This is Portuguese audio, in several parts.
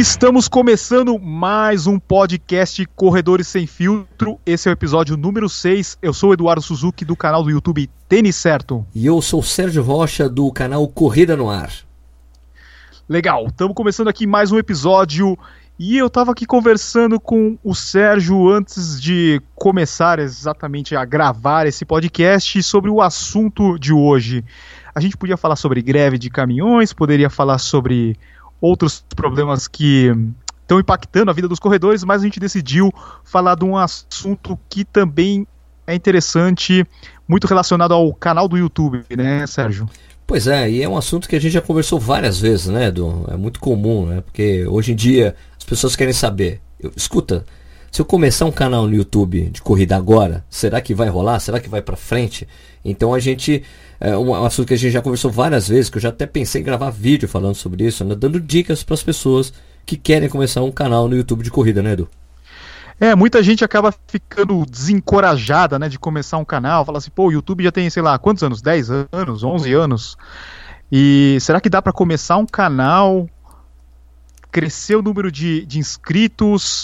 Estamos começando mais um podcast Corredores Sem Filtro. Esse é o episódio número 6. Eu sou o Eduardo Suzuki, do canal do YouTube Tênis Certo. E eu sou o Sérgio Rocha, do canal Corrida no Ar. Legal, estamos começando aqui mais um episódio. E eu estava aqui conversando com o Sérgio antes de começar exatamente a gravar esse podcast sobre o assunto de hoje. A gente podia falar sobre greve de caminhões, poderia falar sobre outros problemas que estão impactando a vida dos corredores, mas a gente decidiu falar de um assunto que também é interessante, muito relacionado ao canal do YouTube, né, Sérgio? Pois é, e é um assunto que a gente já conversou várias vezes, né, Edu? É muito comum, né? Porque hoje em dia as pessoas querem saber. Escuta, se eu começar um canal no YouTube de corrida agora, será que vai rolar? Será que vai pra frente? Então a gente... É um assunto que a gente já conversou várias vezes, que eu já até pensei em gravar vídeo falando sobre isso, né, dando dicas para as pessoas que querem começar um canal no YouTube de corrida, né, Edu? Muita gente acaba ficando desencorajada, né, de começar um canal, fala assim, pô, o YouTube já tem, sei lá, quantos anos? 10 anos, 11 anos, e será que dá para começar um canal, crescer o número de inscritos,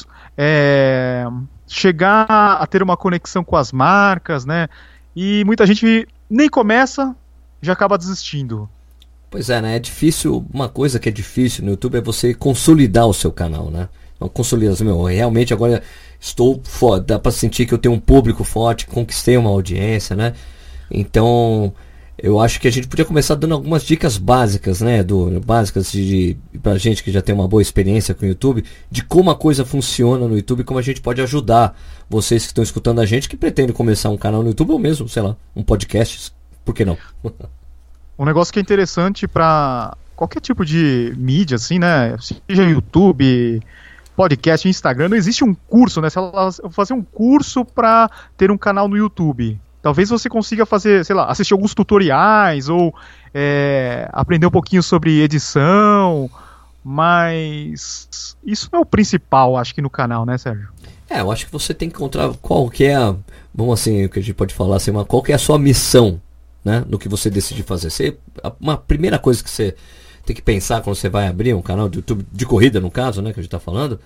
chegar a ter uma conexão com as marcas, né, e muita gente nem começa, já acaba desistindo. Pois é, né? É difícil, uma coisa que é difícil no YouTube é você consolidar o seu canal, né? Então, consolidar, realmente agora estou foda, dá pra sentir que eu tenho um público forte, conquistei uma audiência, né? Então, eu acho que a gente podia começar dando algumas dicas básicas, né, básicas pra gente que já tem uma boa experiência com o YouTube, de como a coisa funciona no YouTube, como a gente pode ajudar vocês que estão escutando a gente, que pretendem começar um canal no YouTube, ou mesmo, sei lá, um podcast, por que não? Um negócio que é interessante para qualquer tipo de mídia, assim, né, seja YouTube, podcast, Instagram, não existe um curso, né, se ela fazer um curso para ter um canal no YouTube. Talvez você consiga fazer, sei lá, assistir alguns tutoriais ou aprender um pouquinho sobre edição, mas isso não é o principal, acho que no canal, né, Sérgio? Eu acho que você tem que encontrar qual que é vamos assim, o que a gente pode falar assim, qual que é a sua missão, né, no que você decide fazer. Uma primeira coisa que você tem que pensar quando você vai abrir um canal de YouTube, de corrida no caso, né, que a gente está falando,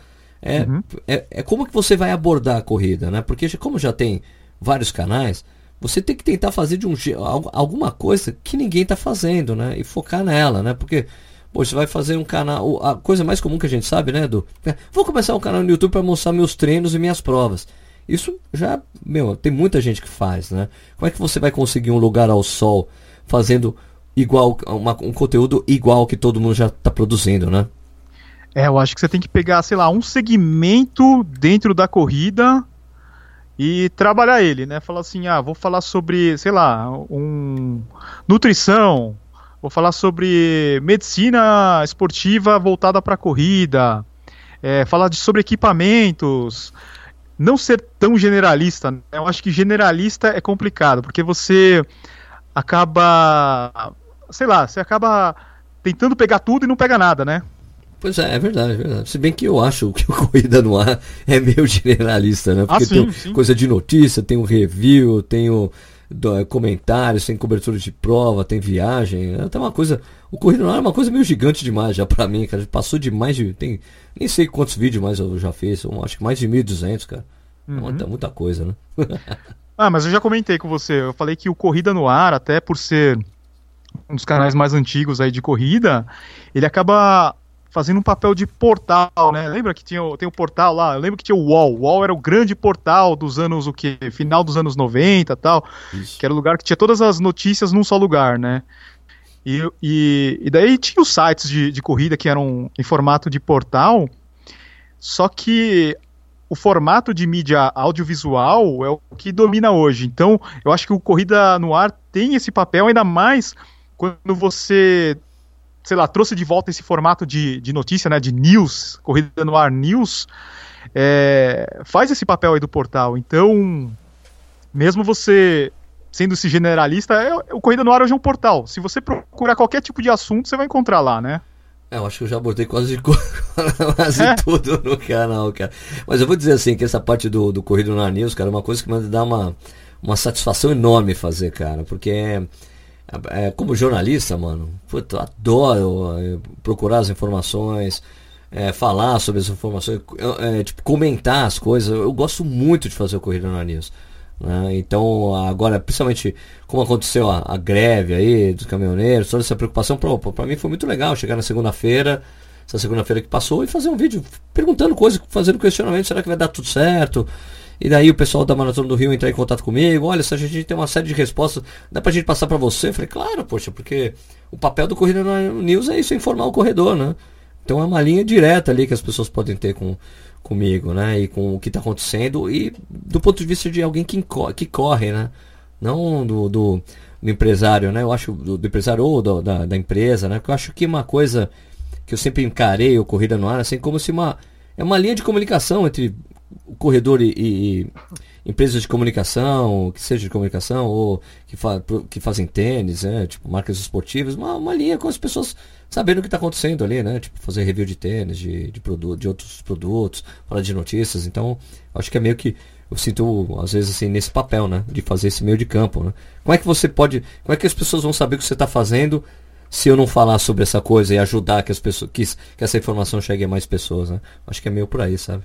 é como que você vai abordar a corrida, né, porque como já tem vários canais, você tem que tentar fazer de alguma coisa que ninguém está fazendo, né? E focar nela, né? Porque, pô, você vai fazer um canal... A coisa mais comum que a gente sabe, né, Edu? Vou começar um canal no YouTube para mostrar meus treinos e minhas provas. Isso já, tem muita gente que faz, né? Como é que você vai conseguir um lugar ao sol fazendo igual, um conteúdo igual que todo mundo já está produzindo, né? Eu acho que você tem que pegar, sei lá, um segmento dentro da corrida e trabalhar ele, né? Falar assim, vou falar sobre, sei lá, nutrição, vou falar sobre medicina esportiva voltada para corrida, falar sobre equipamentos, não ser tão generalista, né? Eu acho que generalista é complicado, porque você acaba, sei lá, você acaba tentando pegar tudo e não pega nada, né? Pois é verdade, é verdade. Se bem que eu acho que o Corrida no Ar é meio generalista, né? Porque tem coisa de notícia, tem o review, tem comentários, tem cobertura de prova, tem viagem. Tem uma coisa... O Corrida no Ar é uma coisa meio gigante demais já pra mim, cara. Passou de mais de... nem sei quantos vídeos mais eu já fiz. Acho que mais de 1.200, cara. Muita coisa, né? Mas eu já comentei com você. Eu falei que o Corrida no Ar, até por ser um dos canais mais antigos aí de corrida, ele acaba fazendo um papel de portal, né? Lembra que tem o portal lá? Eu lembro que tinha o UOL. O UOL era o grande portal dos anos, final dos anos 90 e tal. Isso. Que era o lugar que tinha todas as notícias num só lugar, né? E daí tinha os sites de corrida que eram em formato de portal, só que o formato de mídia audiovisual é o que domina hoje. Então, eu acho que o Corrida no Ar tem esse papel, ainda mais quando você... sei lá, trouxe de volta esse formato de notícia, né, de news, Corrida no Ar News, faz esse papel aí do portal. Então, mesmo você sendo esse generalista, o Corrida no Ar hoje é um portal. Se você procurar qualquer tipo de assunto, você vai encontrar lá, né? Eu acho que eu já abordei quase tudo no canal, cara. Mas eu vou dizer assim, que essa parte do Corrida no Ar News, cara, é uma coisa que me dá uma satisfação enorme fazer, cara, porque... como jornalista, mano, eu adoro procurar as informações, falar sobre as informações, tipo, comentar as coisas. Eu gosto muito de fazer o Corrida no Ar News, né? Então, agora, principalmente como aconteceu a greve aí dos caminhoneiros, toda essa preocupação, pra mim foi muito legal chegar na segunda-feira, essa segunda-feira que passou, e fazer um vídeo perguntando coisas, fazendo questionamento, será que vai dar tudo certo? E daí o pessoal da Maratona do Rio entrar em contato comigo, olha, se a gente tem uma série de respostas, dá pra gente passar pra você? Eu falei, claro, poxa, porque o papel do Corrida no Ar News é isso, é informar o corredor, né? Então é uma linha direta ali que as pessoas podem ter comigo, né? E com o que está acontecendo, e do ponto de vista de alguém que corre, né? Não do empresário, né? Eu acho do empresário ou da empresa, né? Porque eu acho que uma coisa que eu sempre encarei o Corrida no Ar, assim, como se é uma linha de comunicação entre o corredor e empresas de comunicação, que seja de comunicação, ou que fazem tênis, né? Tipo, marcas esportivas, uma linha com as pessoas sabendo o que está acontecendo ali, né? Tipo, fazer review de tênis, de outros produtos, falar de notícias. Então, acho que é meio que eu sinto, às vezes, assim, nesse papel, né? De fazer esse meio de campo, né? Como é que as pessoas vão saber o que você está fazendo se eu não falar sobre essa coisa e ajudar que as pessoas, que essa informação chegue a mais pessoas, né? Acho que é meio por aí, sabe?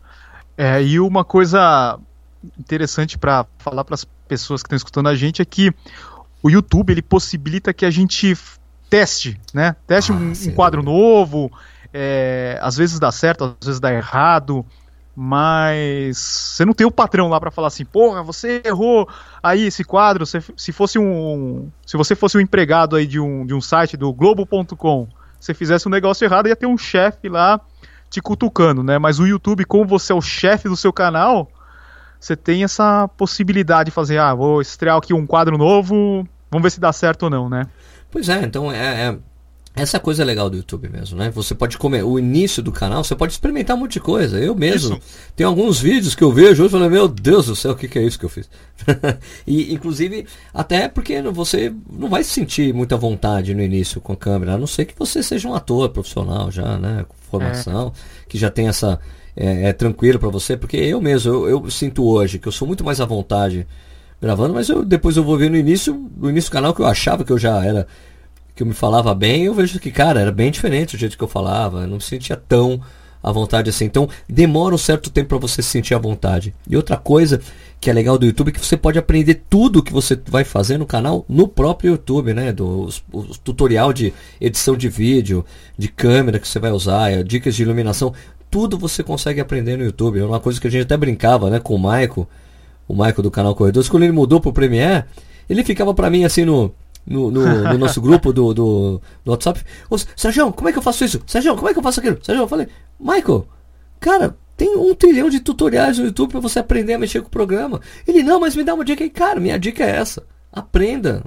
E uma coisa interessante para falar para as pessoas que estão escutando a gente é que o YouTube, ele possibilita que a gente teste, né? Teste um quadro novo, às vezes dá certo, às vezes dá errado, mas você não tem o patrão lá para falar assim, porra, você errou aí esse quadro. Se você fosse um empregado aí de um site do Globo.com, você fizesse um negócio errado, ia ter um chefe lá te cutucando, né? Mas o YouTube, como você é o chefe do seu canal, você tem essa possibilidade de fazer, vou estrear aqui um quadro novo, vamos ver se dá certo ou não, né? Pois é, então essa coisa é legal do YouTube mesmo, né? Você pode o início do canal, você pode experimentar um monte de coisa. Eu mesmo tenho alguns vídeos que eu vejo hoje e falo, meu Deus do céu, o que é isso que eu fiz? E inclusive, até porque você não vai se sentir muita vontade no início com a câmera, a não ser que você seja um ator profissional já, né? Com formação, que já tem essa... É tranquilo pra você, porque eu mesmo, eu sinto hoje que eu sou muito mais à vontade gravando, mas depois eu vou ver no início do canal que eu achava que eu já era, que eu me falava bem, eu vejo que, cara, era bem diferente o jeito que eu falava, eu não me sentia tão à vontade assim. Então demora um certo tempo para você se sentir à vontade. E outra coisa que é legal do YouTube é que você pode aprender tudo que você vai fazer no canal no próprio YouTube, né? O tutorial de edição de vídeo, de câmera que você vai usar, dicas de iluminação, tudo você consegue aprender no YouTube. É uma coisa que a gente até brincava, né, com o Maico do canal Corredores. Quando ele mudou pro Premiere, ele ficava para mim assim no nosso grupo do WhatsApp, Sérgio, como é que eu faço isso? Sérgio, como é que eu faço aquilo? Sérgio, eu falei, Michael, cara, tem 1 trilhão de tutoriais no YouTube para você aprender a mexer com o programa. Ele, não, mas me dá uma dica aí. Cara, minha dica é essa: aprenda,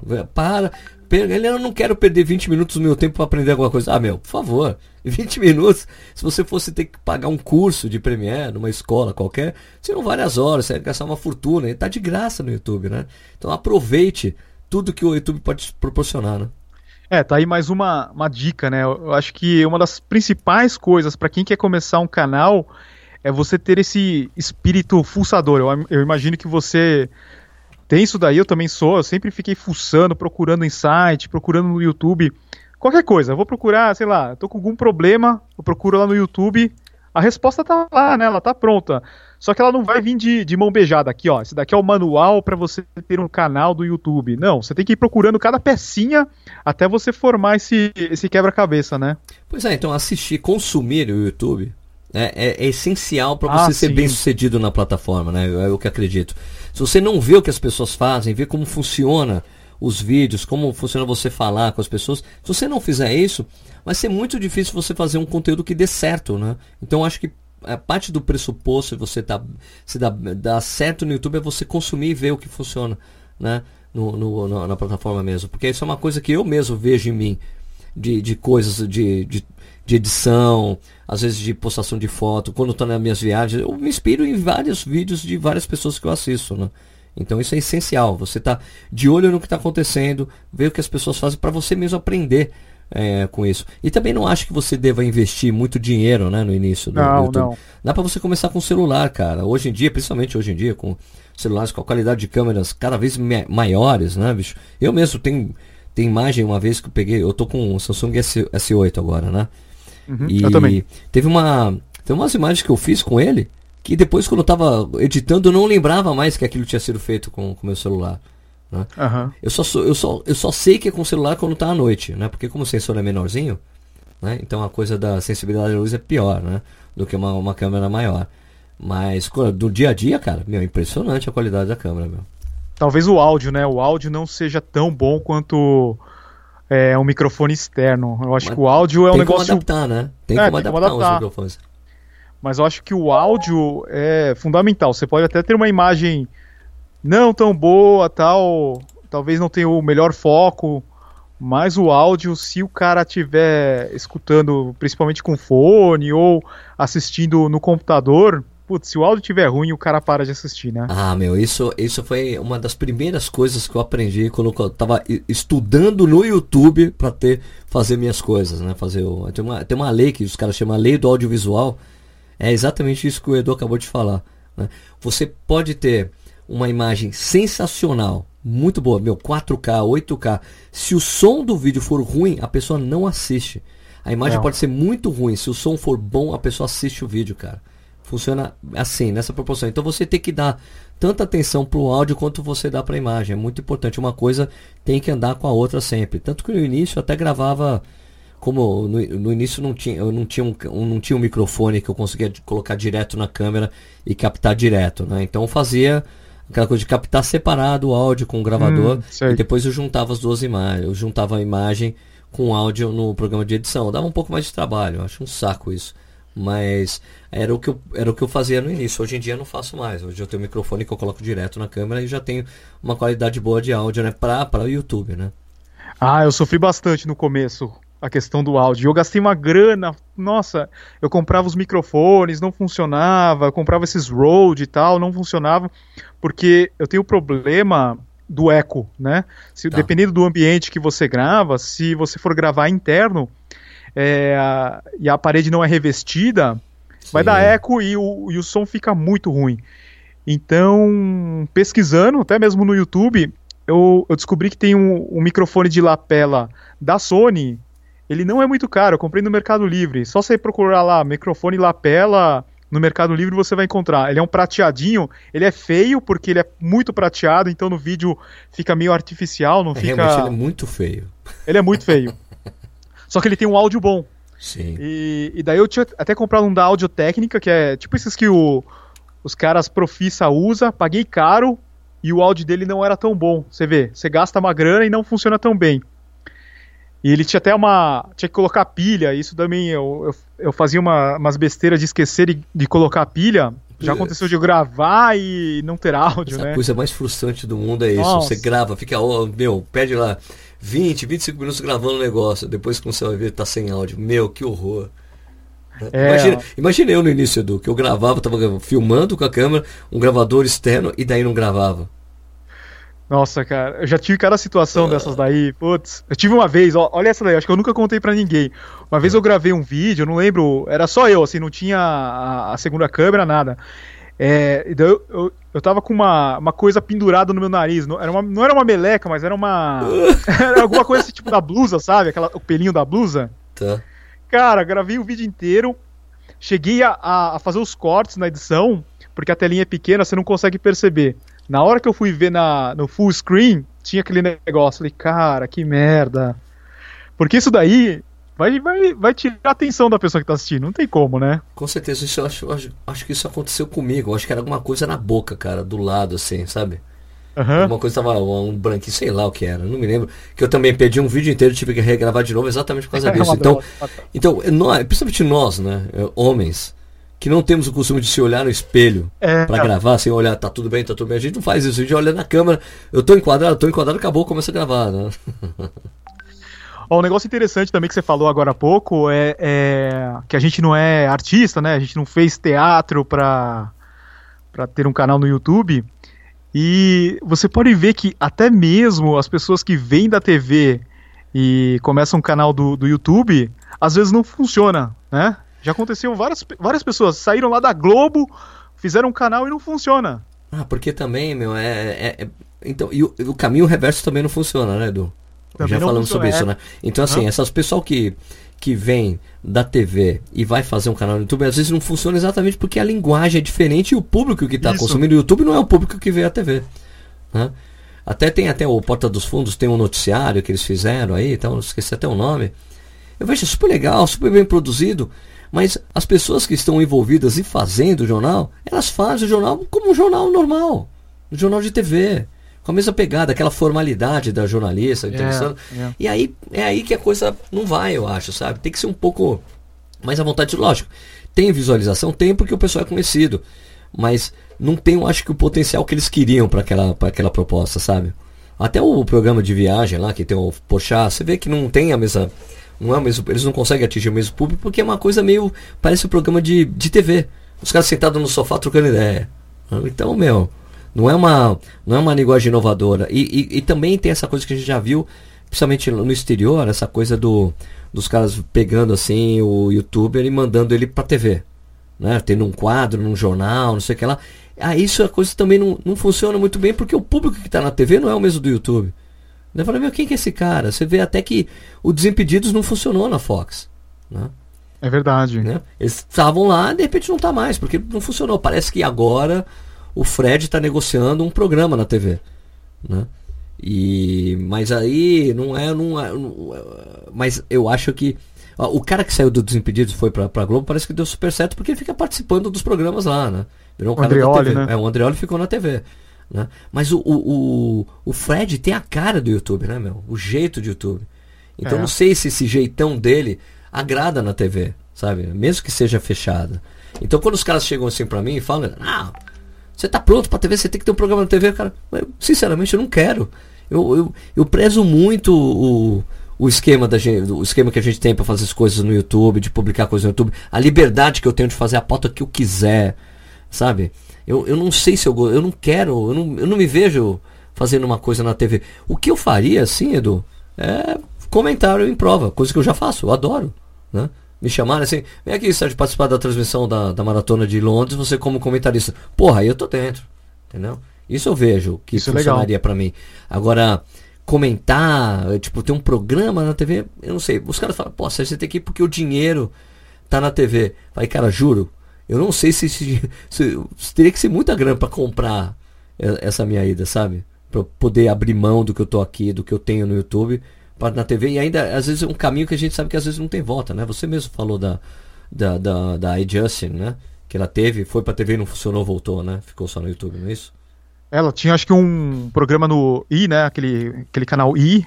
eu não quero perder 20 minutos do meu tempo para aprender alguma coisa. Meu, por favor, 20 minutos, se você fosse ter que pagar um curso de Premiere numa escola qualquer, seriam várias horas, você ia gastar uma fortuna, e tá de graça no YouTube, né? Então aproveite tudo que o YouTube pode te proporcionar, né? Tá aí mais uma dica, né? Eu acho que uma das principais coisas para quem quer começar um canal é você ter esse espírito fuçador. Eu imagino que você tem isso daí, eu também sou. Eu sempre fiquei fuçando, procurando em site, procurando no YouTube. Qualquer coisa, eu vou procurar, sei lá, tô com algum problema, eu procuro lá no YouTube, a resposta tá lá, né? Ela tá pronta. Só que ela não vai vir de mão beijada aqui, ó. Esse daqui é o manual para você ter um canal do YouTube. Não, você tem que ir procurando cada pecinha até você formar esse quebra-cabeça, né? Pois é, então consumir o YouTube é essencial para você ser bem sucedido na plataforma, né? É o que acredito. Se você não vê o que as pessoas fazem, vê como funciona os vídeos, como funciona você falar com as pessoas, se você não fizer isso, vai ser muito difícil você fazer um conteúdo que dê certo, né? Então acho que a parte do pressuposto de você dar certo no YouTube é você consumir e ver o que funciona, né? Na plataforma mesmo. Porque isso é uma coisa que eu mesmo vejo em mim, de coisas de edição, às vezes de postação de foto. Quando eu estou nas minhas viagens, eu me inspiro em vários vídeos de várias pessoas que eu assisto, né? Então isso é essencial, você tá de olho no que está acontecendo, ver o que as pessoas fazem para você mesmo aprender com isso. E também não acho que você deva investir muito dinheiro, né, no início do YouTube. Não. Dá para você começar com celular, cara. Hoje em dia, principalmente hoje em dia, com celulares com a qualidade de câmeras cada vez maiores, né, bicho? Eu mesmo tenho imagem uma vez que eu peguei, eu tô com um Samsung S8 agora, né? eu também. Teve umas imagens que eu fiz com ele, que depois quando eu tava editando eu não lembrava mais que aquilo tinha sido feito com o meu celular. Né? Eu só sei que é com o celular quando tá à noite, né? Porque como o sensor é menorzinho, né? Então a coisa da sensibilidade da luz é pior, né? Do que uma câmera maior. Mas do dia a dia, cara, meu, impressionante a qualidade da câmera, meu. Talvez o áudio, né? O áudio não seja tão bom quanto um microfone externo. Eu acho que o áudio é um negócio... Tem como adaptar, né? Tem como adaptar os microfones. Mas eu acho que o áudio é fundamental. Você pode até ter uma imagem não tão boa, tal, talvez não tenha o melhor foco, mas o áudio, se o cara estiver escutando principalmente com fone ou assistindo no computador, putz, se o áudio estiver ruim, o cara para de assistir, né? Ah, meu, isso foi uma das primeiras coisas que eu aprendi quando eu tava estudando no YouTube para fazer minhas coisas, né? Tem uma lei que os caras chamam a lei do audiovisual. É exatamente isso que o Edu acabou de falar, né? Você pode ter uma imagem sensacional, muito boa, 4K, 8K. Se o som do vídeo for ruim, a pessoa não assiste. A imagem pode ser muito ruim. Se o som for bom, a pessoa assiste o vídeo, cara. Funciona assim, nessa proporção. Então você tem que dar tanta atenção pro áudio quanto você dá pra imagem. É muito importante. Uma coisa tem que andar com a outra sempre. Tanto que no início eu até gravava... Como no início eu não tinha um microfone que eu conseguia colocar direto na câmera e captar direto, né? Então eu fazia aquela coisa de captar separado o áudio com o gravador e depois eu juntava as duas imagens. Eu juntava a imagem com o áudio no programa de edição. Dava um pouco mais de trabalho, eu acho um saco isso. Mas era o que eu fazia no início. Hoje em dia eu não faço mais. Hoje eu tenho um microfone que eu coloco direto na câmera e já tenho uma qualidade boa de áudio, né? Para o YouTube, né? Ah, eu sofri bastante no começo. A questão do áudio. Eu gastei uma grana, nossa, eu comprava os microfones, não funcionava, eu comprava esses Rode e tal, não funcionava, porque eu tenho o problema do eco, né? Dependendo do ambiente que você grava, se você for gravar interno e a parede não é revestida, vai dar eco e o som fica muito ruim. Então, pesquisando, até mesmo no YouTube, eu descobri que tem um microfone de lapela da Sony. Ele não é muito caro, eu comprei no Mercado Livre. Só você procurar lá, microfone lapela, no Mercado Livre você vai encontrar. Ele é um prateadinho, ele é feio porque ele é muito prateado, então no vídeo fica meio artificial, não fica... Realmente ele é muito feio. Ele é muito feio. Só que ele tem um áudio bom. Sim. E daí eu tinha até comprado um da Audio-Técnica, que é tipo esses que os caras profissa usa, paguei caro e o áudio dele não era tão bom. Você vê, você gasta uma grana e não funciona tão bem. E ele tinha até tinha que colocar pilha, isso também eu fazia umas besteiras de esquecer de colocar pilha. Já aconteceu de eu gravar e não ter áudio, né? A coisa mais frustrante do mundo é isso. Nossa. Você grava, fica, pede lá 25 minutos gravando o negócio, depois quando você vai ver tá sem áudio. Meu, que horror. Imagina eu no início, Edu, que eu gravava, tava filmando com a câmera, um gravador externo e daí não gravava. Nossa, cara, eu já tive cada situação dessas daí, putz. Eu tive uma vez, olha essa daí, acho que eu nunca contei pra ninguém. Uma vez eu gravei um vídeo, eu não lembro, era só eu, assim, não tinha a segunda câmera, nada. E daí eu tava com uma coisa pendurada no meu nariz, não era uma meleca, mas era era alguma coisa assim, tipo da blusa, sabe? O pelinho da blusa. Tá. Cara, gravei o vídeo inteiro, cheguei a fazer os cortes na edição, porque a telinha é pequena, você não consegue perceber. Na hora que eu fui ver no full screen, tinha aquele negócio. Falei, cara, que merda. Porque isso daí vai tirar a atenção da pessoa que tá assistindo. Não tem como, né? Com certeza, isso acho que isso aconteceu comigo. Eu acho que era alguma coisa na boca, cara, do lado, assim, sabe? Alguma coisa tava um branquinho, sei lá o que era, não me lembro. Que eu também perdi um vídeo inteiro, tive que regravar de novo exatamente por causa disso. Então, principalmente nós, né, homens, que não temos o costume de se olhar no espelho pra gravar, sem olhar, tá tudo bem. A gente não faz isso, a gente olha na câmera, eu tô enquadrado, acabou, começa a gravar, né? Um negócio interessante também que você falou agora há pouco é que a gente não é artista, né? A gente não fez teatro pra ter um canal no YouTube. E você pode ver que até mesmo as pessoas que vêm da TV e começam um canal do YouTube, às vezes não funciona, né? Já aconteceu, várias pessoas saíram lá da Globo, fizeram um canal e não funciona. Porque também, meu, então, e o caminho reverso também não funciona, né, Edu? Já falamos sobre isso, né? Então, assim, essas pessoal que que vem da TV e vai fazer um canal no YouTube, às vezes não funciona exatamente porque a linguagem é diferente e o público que está consumindo o YouTube não é o público que vê a TV, né? Tem até o Porta dos Fundos, tem um noticiário que eles fizeram aí, então esqueci até o nome. Eu vejo super legal, super bem produzido, mas as pessoas que estão envolvidas e fazendo o jornal, elas fazem o jornal como um jornal normal, um jornal de TV, com a mesma pegada, aquela formalidade da jornalista interessando. E aí é aí que a coisa não vai, eu acho, sabe? Tem que ser um pouco mais à vontade, lógico. Tem visualização? Tem, porque o pessoal é conhecido, mas não tem, eu acho, que o potencial que eles queriam para aquela proposta, sabe? Até o programa de viagem lá, que tem o Porchat, você vê que não tem a mesma... Não é o mesmo, eles não conseguem atingir o mesmo público, porque é uma coisa meio... Parece um programa de TV. Os caras sentados no sofá trocando ideia. Então, não é uma linguagem inovadora. E também tem essa coisa que a gente já viu, principalmente no exterior, essa coisa dos caras pegando assim o youtuber e mandando ele pra TV. Né? Tendo um quadro num jornal, não sei o que lá. Isso a coisa também não funciona muito bem, porque o público que está na TV não é o mesmo do YouTube. Eu falei, quem que é esse cara? Você vê até que o Desimpedidos não funcionou na Fox, né? É verdade. Né? Eles estavam lá, de repente não está mais, porque não funcionou. Parece que agora o Fred está negociando um programa na TV, né? Mas aí mas eu acho que o cara que saiu do Desimpedidos foi pra Globo, parece que deu super certo, porque ele fica participando dos programas lá, né? Virou um cara da TV. Né? O Andreoli ficou na TV, né? Mas o Fred tem a cara do YouTube, né, meu? O jeito de YouTube. Então não sei se esse jeitão dele agrada na TV, sabe? Mesmo que seja fechada. Então quando os caras chegam assim pra mim e falam, você tá pronto pra TV, você tem que ter um programa na TV, cara, sinceramente eu não quero. Eu prezo muito o esquema o esquema que a gente tem para fazer as coisas no YouTube, de publicar coisas no YouTube, a liberdade que eu tenho de fazer a pauta que eu quiser, sabe? Eu não sei se eu não quero, eu não me vejo fazendo uma coisa na TV. O que eu faria, assim, Edu, é comentário em prova, coisa que eu já faço, eu adoro, né? Me chamaram assim, vem aqui, Sérgio, participar da transmissão da Maratona de Londres, você como comentarista. Porra, aí eu tô dentro, entendeu? Isso eu vejo que isso funcionaria para mim. Agora, comentar, ter um programa na TV, eu não sei. Os caras falam, pô, você tem que ir porque o dinheiro tá na TV. Falei, cara, juro, eu não sei se teria que ser muita grana para comprar essa minha ida, sabe? Para poder abrir mão do que eu tô aqui, do que eu tenho no YouTube, para na TV. E ainda, às vezes, é um caminho que a gente sabe que às vezes não tem volta, né? Você mesmo falou da iJustin, né? Que ela foi pra TV e não funcionou, voltou, né? Ficou só no YouTube, não é isso? Ela tinha, acho que um programa no I, né? Aquele canal I.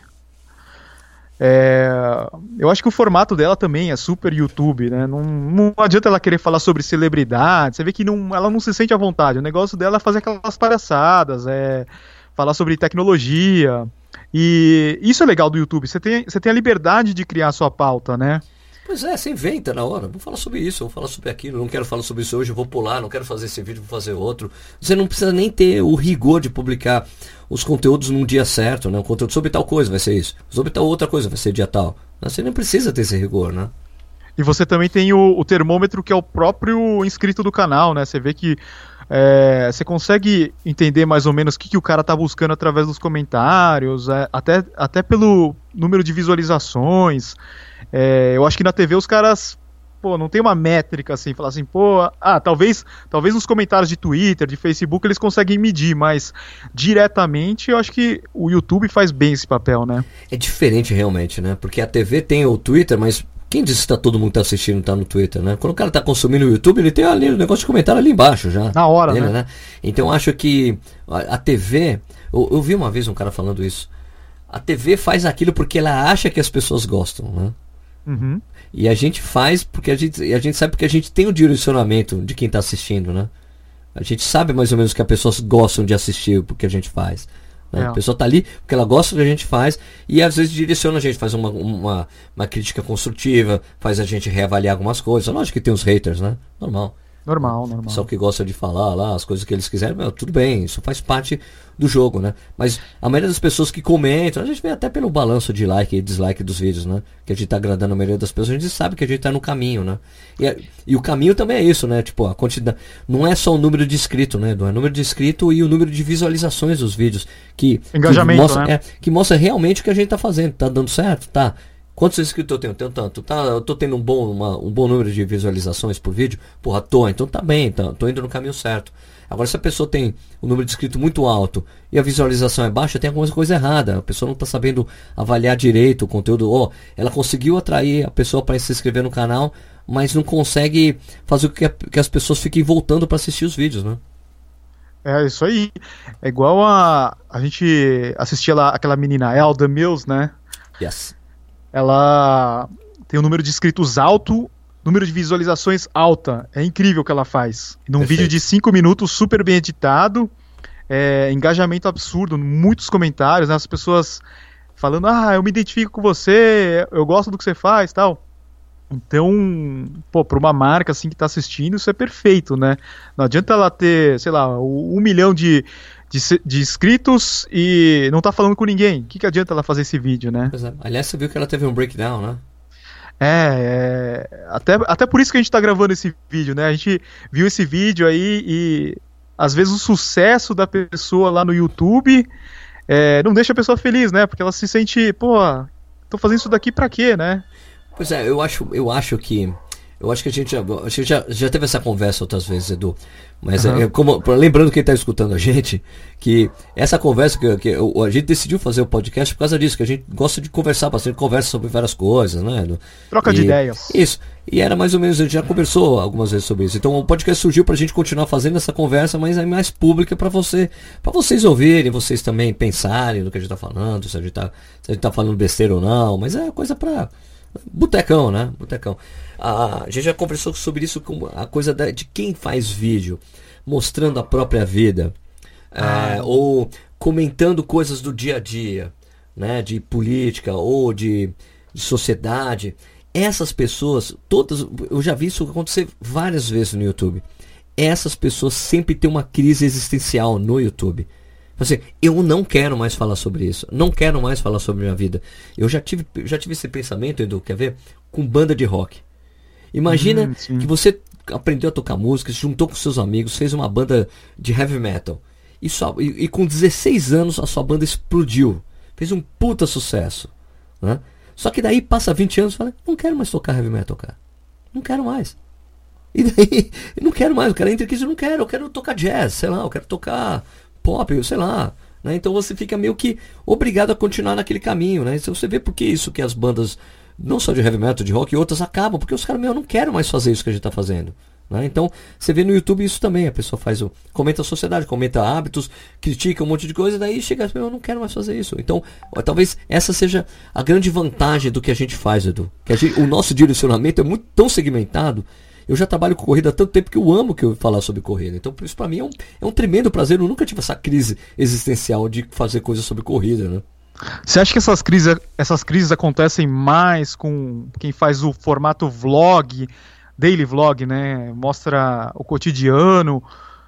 Eu acho que o formato dela também é super YouTube, né? Não adianta ela querer falar sobre celebridade. Você vê que ela não se sente à vontade. O negócio dela é fazer aquelas palhaçadas, falar sobre tecnologia. E isso é legal do YouTube. Você tem a liberdade de criar a sua pauta, né? Pois é, você inventa na hora. Vou falar sobre isso, vou falar sobre aquilo. Não quero falar sobre isso hoje, eu vou pular. Não quero fazer esse vídeo, vou fazer outro. Você não precisa nem ter o rigor de publicar os conteúdos num dia certo, né? O conteúdo sobre tal coisa vai ser isso, sobre tal outra coisa vai ser dia tal. Você não precisa ter esse rigor, né? E você também tem o termômetro, que é o próprio inscrito do canal, né? Você vê que você consegue entender mais ou menos o que o cara tá buscando através dos comentários, até pelo número de visualizações. Eu acho que na TV os caras, não tem uma métrica assim, falar assim, talvez nos comentários de Twitter, de Facebook eles conseguem medir, mas diretamente eu acho que o YouTube faz bem esse papel, né? É diferente realmente, né? Porque a TV tem o Twitter, mas quem disse que todo mundo tá assistindo tá no Twitter, né? Quando o cara tá consumindo o YouTube, ele tem ali o negócio de comentário ali embaixo já. Na hora, né? Então eu acho que a TV, eu vi uma vez um cara falando isso, a TV faz aquilo porque ela acha que as pessoas gostam, né? Uhum. E a gente faz porque a gente sabe, porque a gente tem o direcionamento de quem está assistindo, né? A gente sabe mais ou menos que as pessoas gostam de assistir o que a gente faz, né? A pessoa está ali porque ela gosta do que a gente faz e às vezes direciona a gente, faz uma crítica construtiva, faz a gente reavaliar algumas coisas. Lógico que tem os haters, né? Normal. Só que gosta de falar lá as coisas que eles quiserem, tudo bem, isso faz parte do jogo, né? Mas a maioria das pessoas que comentam, a gente vê até pelo balanço de like e dislike dos vídeos, né? Que a gente tá agradando a maioria das pessoas, a gente sabe que a gente tá no caminho, né? E o caminho também é isso, né? Tipo, a quantidade, não é só o número de inscrito, né? É o número de inscrito e o número de visualizações dos vídeos. Engajamento, né? Que mostra realmente o que a gente tá fazendo. Tá dando certo? Tá. Quantos inscritos eu tenho? Tenho tanto. Tá, eu tô tendo um bom número de visualizações por vídeo? Porra, então tá bem, tô indo no caminho certo. Agora, se a pessoa tem um número de inscritos muito alto e a visualização é baixa, tem alguma coisa errada. A pessoa não está sabendo avaliar direito o conteúdo. Ela conseguiu atrair a pessoa para se inscrever no canal, mas não consegue fazer com que as pessoas fiquem voltando para assistir os vídeos, né? É isso aí. É igual a gente assistia lá aquela menina Elda Mills, né? Yes. Ela tem um número de inscritos alto, número de visualizações alta. É incrível o que ela faz. Num Perfeito. vídeo de 5 minutos, super bem editado, engajamento absurdo, muitos comentários, né? As pessoas falando, eu me identifico com você, eu gosto do que você faz, tal. Então, para uma marca assim que está assistindo, isso é perfeito, né? Não adianta ela ter, sei lá, 1 milhão de inscritos e não tá falando com ninguém. O que adianta ela fazer esse vídeo, né? Pois é. Aliás, você viu que ela teve um breakdown, né? Até por isso que a gente tá gravando esse vídeo, né? A gente viu esse vídeo aí e às vezes o sucesso da pessoa lá no YouTube não deixa a pessoa feliz, né? Porque ela se sente, tô fazendo isso daqui pra quê, né? Pois é, eu acho que a gente já teve essa conversa outras vezes, Edu. Mas lembrando quem está escutando a gente, que essa conversa que a gente decidiu fazer o podcast por causa disso, que a gente gosta de conversar bastante, conversa sobre várias coisas, né, Edu? Troca de ideias. Isso. E era mais ou menos, a gente já conversou algumas vezes sobre isso. Então o podcast surgiu pra gente continuar fazendo essa conversa, mas é mais pública para vocês ouvirem, vocês também pensarem no que a gente tá falando, se a gente tá falando besteira ou não, mas é coisa pra botecão, né? Botecão. A gente já conversou sobre isso, com a coisa de quem faz vídeo mostrando a própria vida, ou comentando coisas do dia a dia, né? De política ou de sociedade. Essas pessoas, todas, eu já vi isso acontecer várias vezes no YouTube. Essas pessoas sempre têm uma crise existencial no YouTube. Assim, eu não quero mais falar sobre isso. Não quero mais falar sobre minha vida. Eu já tive esse pensamento, Edu, quer ver? Com banda de rock. Imagina que você aprendeu a tocar música, se juntou com seus amigos, fez uma banda de heavy metal. E com 16 anos a sua banda explodiu. Fez um puta sucesso. Né? Só que daí passa 20 anos e fala, não quero mais tocar heavy metal, cara. Não quero mais. E daí, não quero mais. O cara entra aqui e diz, eu quero tocar jazz, sei lá, eu quero tocar pop, sei lá, né? Então você fica meio que obrigado a continuar naquele caminho, né? Então você vê por que isso que as bandas, não só de heavy metal, de rock e outras acabam, porque os caras, eu não quero mais fazer isso que a gente tá fazendo, né? Então você vê no YouTube isso também, a pessoa comenta a sociedade, comenta hábitos, critica um monte de coisa, e daí chega, eu não quero mais fazer isso. Então talvez essa seja a grande vantagem do que a gente faz, Edu, que o nosso direcionamento é muito tão segmentado. Eu já trabalho com corrida há tanto tempo que eu amo falar sobre corrida. Então, por isso, para mim, é um tremendo prazer. Eu nunca tive essa crise existencial de fazer coisas sobre corrida, né? Você acha que essas crises acontecem mais com quem faz o formato vlog, daily vlog, né? Mostra o cotidiano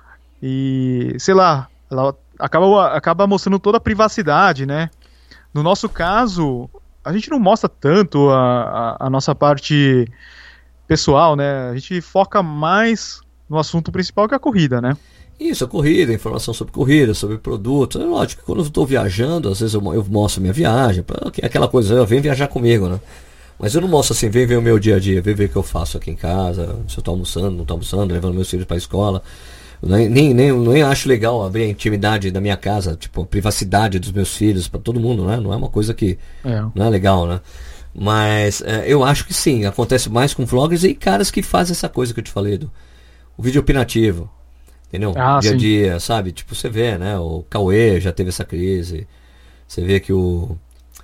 e, sei lá, ela acaba mostrando toda a privacidade, né? No nosso caso, a gente não mostra tanto a nossa parte pessoal, né? A gente foca mais no assunto principal, que é a corrida, né? Isso, a corrida, informação sobre corrida, sobre produtos. É lógico que quando eu estou viajando, às vezes eu mostro minha viagem, aquela coisa, vem viajar comigo, né? Mas eu não mostro assim, vem ver o meu dia a dia, vem ver o que eu faço aqui em casa, se eu estou almoçando, não estou almoçando, levando meus filhos para a escola. Nem acho legal abrir a intimidade da minha casa, tipo, a privacidade dos meus filhos para todo mundo, né? Não é uma coisa que não é legal, né? Mas eu acho que sim, acontece mais com vloggers e caras que fazem essa coisa que eu te falei, o vídeo opinativo, entendeu? Dia a dia, sabe? Tipo, você vê, né? O Cauê já teve essa crise, você vê que o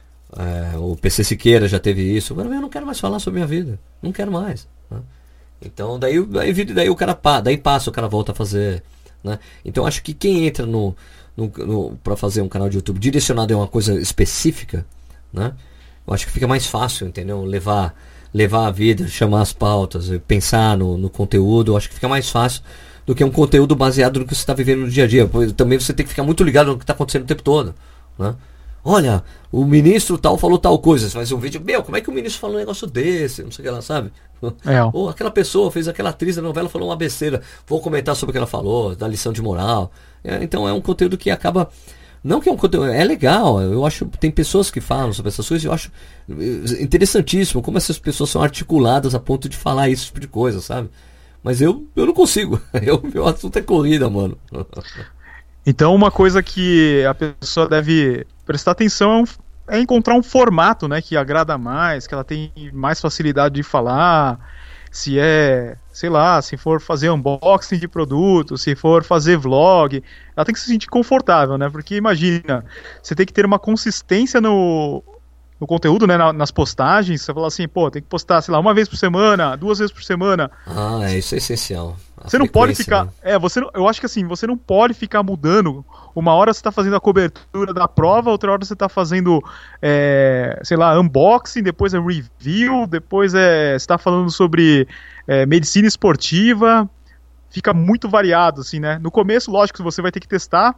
PC Siqueira já teve isso. Agora eu não quero mais falar sobre minha vida, não quero mais, né? Então daí o cara passa, o cara volta a fazer, né? Então acho que quem entra para fazer um canal de YouTube direcionado a uma coisa específica, né? Eu acho que fica mais fácil, entendeu? Levar a vida, chamar as pautas, pensar no conteúdo. Eu acho que fica mais fácil do que um conteúdo baseado no que você está vivendo no dia a dia. Também você tem que ficar muito ligado no que está acontecendo o tempo todo, né? Olha, o ministro tal falou tal coisa. Você faz um vídeo, como é que o ministro falou um negócio desse? Não sei o que lá, sabe? Ou aquela pessoa fez aquela atriz da novela, falou uma besteira. Vou comentar sobre o que ela falou, da lição de moral. Então é um conteúdo que acaba Não que é um conteúdo, é legal, eu acho, tem pessoas que falam sobre essas coisas, eu acho interessantíssimo como essas pessoas são articuladas a ponto de falar esse tipo de coisa, sabe? Mas eu não consigo, meu assunto é corrida, mano. Então uma coisa que a pessoa deve prestar atenção é encontrar um formato, né, que agrada mais, que ela tem mais facilidade de falar, se é, sei lá, se for fazer unboxing de produto, se for fazer vlog, ela tem que se sentir confortável, né, porque imagina, você tem que ter uma consistência no conteúdo, né, nas postagens, você fala assim, pô, tem que postar, sei lá, uma vez por semana, 2 vezes por semana. Isso é essencial. Você não pode ficar, né? Eu acho que assim, você não pode ficar mudando. Uma hora você tá fazendo a cobertura da prova, outra hora você tá fazendo, sei lá, unboxing, depois é review, depois você tá falando sobre medicina esportiva, fica muito variado, assim, né? No começo, lógico que você vai ter que testar,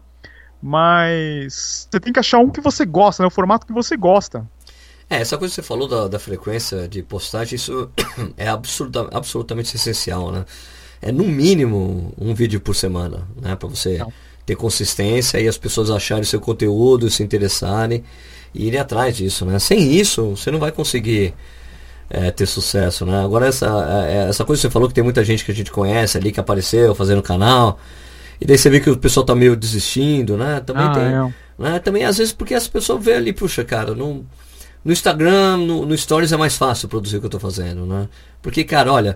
mas você tem que achar um que você gosta, né? O formato que você gosta. Essa coisa que você falou da frequência de postagem, isso é absolutamente essencial, né? É no mínimo um vídeo por semana, né? Para você ter consistência e as pessoas acharem seu conteúdo, se interessarem e irem atrás disso, né? Sem isso, você não vai conseguir ter sucesso, né? Agora, essa coisa que você falou, que tem muita gente que a gente conhece ali, que apareceu fazendo canal, e daí você vê que o pessoal tá meio desistindo, né? Também né? Também, às vezes, porque as pessoas vê ali, puxa, cara, no Instagram, no Stories é mais fácil produzir o que eu tô fazendo, né? Porque, cara, olha,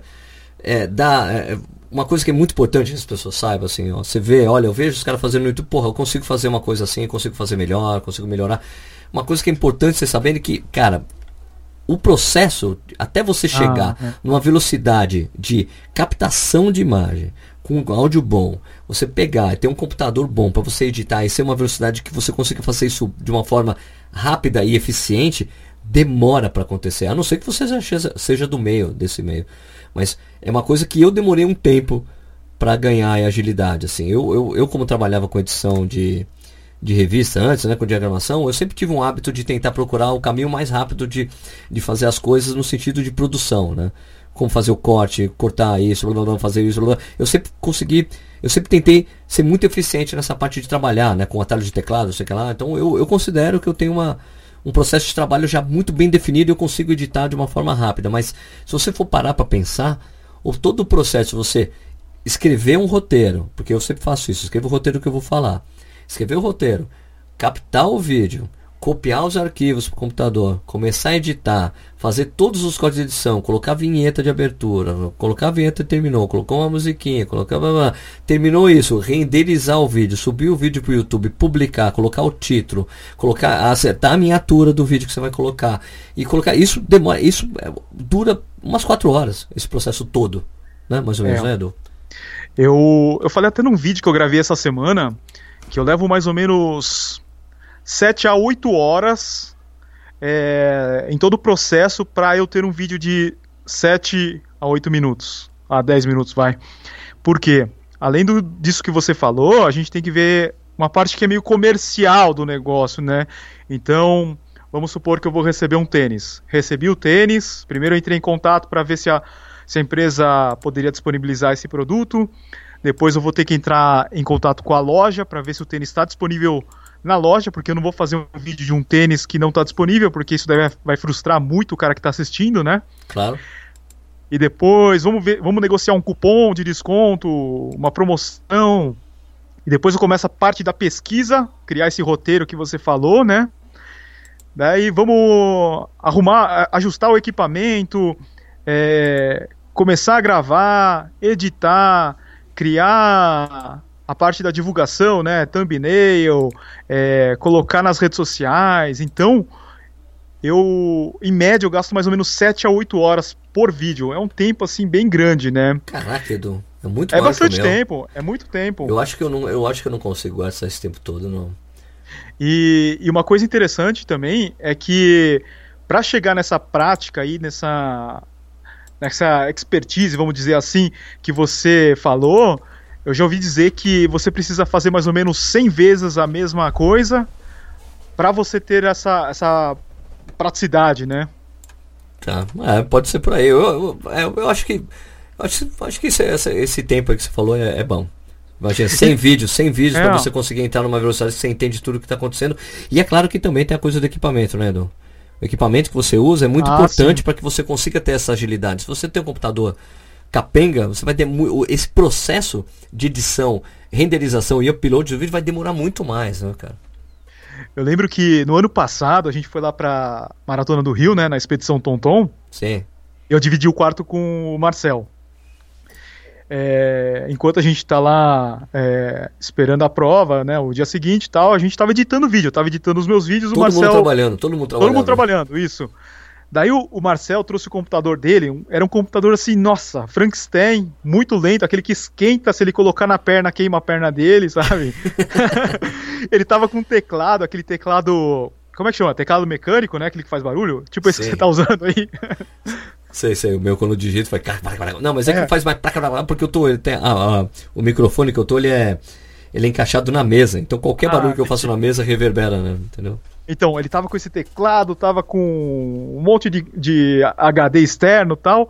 uma coisa que é muito importante que as pessoas saibam, assim, ó, você vê, olha, eu vejo os caras fazendo no YouTube, porra, eu consigo fazer uma coisa assim, eu consigo fazer melhor, consigo melhorar. Uma coisa que é importante você saber é que, cara, o processo, até você chegar numa velocidade de captação de imagem, com áudio bom, você pegar e ter um computador bom para você editar e ser uma velocidade que você consiga fazer isso de uma forma rápida e eficiente, demora para acontecer, a não ser que você seja do meio, desse meio. Mas é uma coisa que eu demorei um tempo para ganhar em agilidade. Assim, eu como trabalhava com edição de revista antes, né, com diagramação, eu sempre tive um hábito de tentar procurar o caminho mais rápido de fazer as coisas no sentido de produção, né? Como fazer o corte, cortar isso, blá, blá, fazer isso, blá, blá. Eu sempre tentei ser muito eficiente nessa parte de trabalhar, né, com atalho de teclado, sei lá. Então eu considero que eu tenho um processo de trabalho já muito bem definido e eu consigo editar de uma forma rápida. Mas se você for parar para pensar, todo o processo, você escrever um roteiro, porque eu sempre faço isso, escrevo o roteiro que eu vou falar, escrever o roteiro, captar o vídeo, copiar os arquivos para o computador, começar a editar, fazer todos os códigos de edição, colocar a vinheta de abertura, colocar a vinheta e terminou, colocou uma musiquinha, terminou isso, renderizar o vídeo, subir o vídeo para o YouTube, publicar, colocar o título, acertar a miniatura do vídeo que você vai colocar e colocar isso dura umas 4 horas, esse processo todo, né? Mais ou menos, né, Edu? Eu falei até num vídeo que eu gravei essa semana que eu levo mais ou menos 7 a 8 horas em todo o processo para eu ter um vídeo de 7 a 8 minutos, a 10 minutos, vai. Por quê? Além disso que você falou, a gente tem que ver uma parte que é meio comercial do negócio, né? Então, vamos supor que eu vou receber um tênis. Recebi o tênis, primeiro eu entrei em contato para ver se a empresa poderia disponibilizar esse produto. Depois eu vou ter que entrar em contato com a loja para ver se o tênis está disponível na loja, porque eu não vou fazer um vídeo de um tênis que não está disponível, porque isso vai frustrar muito o cara que está assistindo, né? Claro. E depois vamos negociar um cupom de desconto, uma promoção. E depois eu começo a parte da pesquisa, criar esse roteiro que você falou, né? Daí vamos ajustar o equipamento, começar a gravar, editar, criar a parte da divulgação, né, thumbnail, colocar nas redes sociais. Então, em média, eu gasto mais ou menos 7 a 8 horas por vídeo. É um tempo, assim, bem grande, né? Caraca, Edu, é muito mais. É bastante tempo, é muito tempo. Eu acho que eu não consigo gastar esse tempo todo, não. E uma coisa interessante também é que, para chegar nessa prática aí, nessa expertise, vamos dizer assim, que você falou, eu já ouvi dizer que você precisa fazer mais ou menos 100 vezes a mesma coisa para você ter essa praticidade, né? Tá, pode ser por aí. Eu acho que esse tempo aí que você falou é bom. Imagina, sem vídeos para você conseguir entrar numa velocidade que você entende tudo que está acontecendo. E é claro que também tem a coisa do equipamento, né, Edu? O equipamento que você usa é muito importante para que você consiga ter essa agilidade. Se você tem um computador capenga, você vai ter esse processo de edição, renderização e upload do vídeo vai demorar muito mais, né, cara? Eu lembro que no ano passado a gente foi lá pra Maratona do Rio, né, na Expedição Tonton. Sim. Eu dividi o quarto com o Marcel. Enquanto a gente tá lá esperando a prova, né, o dia seguinte e tal, a gente tava editando vídeo, eu tava editando os meus vídeos, todo o Marcel... Todo mundo trabalhando, isso. Daí o Marcel trouxe o computador dele, era um computador assim, nossa, Frankenstein, muito lento, aquele que esquenta, se ele colocar na perna, queima a perna dele, sabe? Ele tava com um teclado, aquele teclado, como é que chama? Teclado mecânico, né? Aquele que faz barulho, tipo esse que você tá usando aí. Sei, o meu quando digito faz... Não, mas que faz mais... Porque eu tô... o microfone que eu tô, ele é encaixado na mesa, então qualquer barulho que eu faço na mesa reverbera, né? Entendeu? Então, ele tava com esse teclado, tava com um monte de HD externo e tal,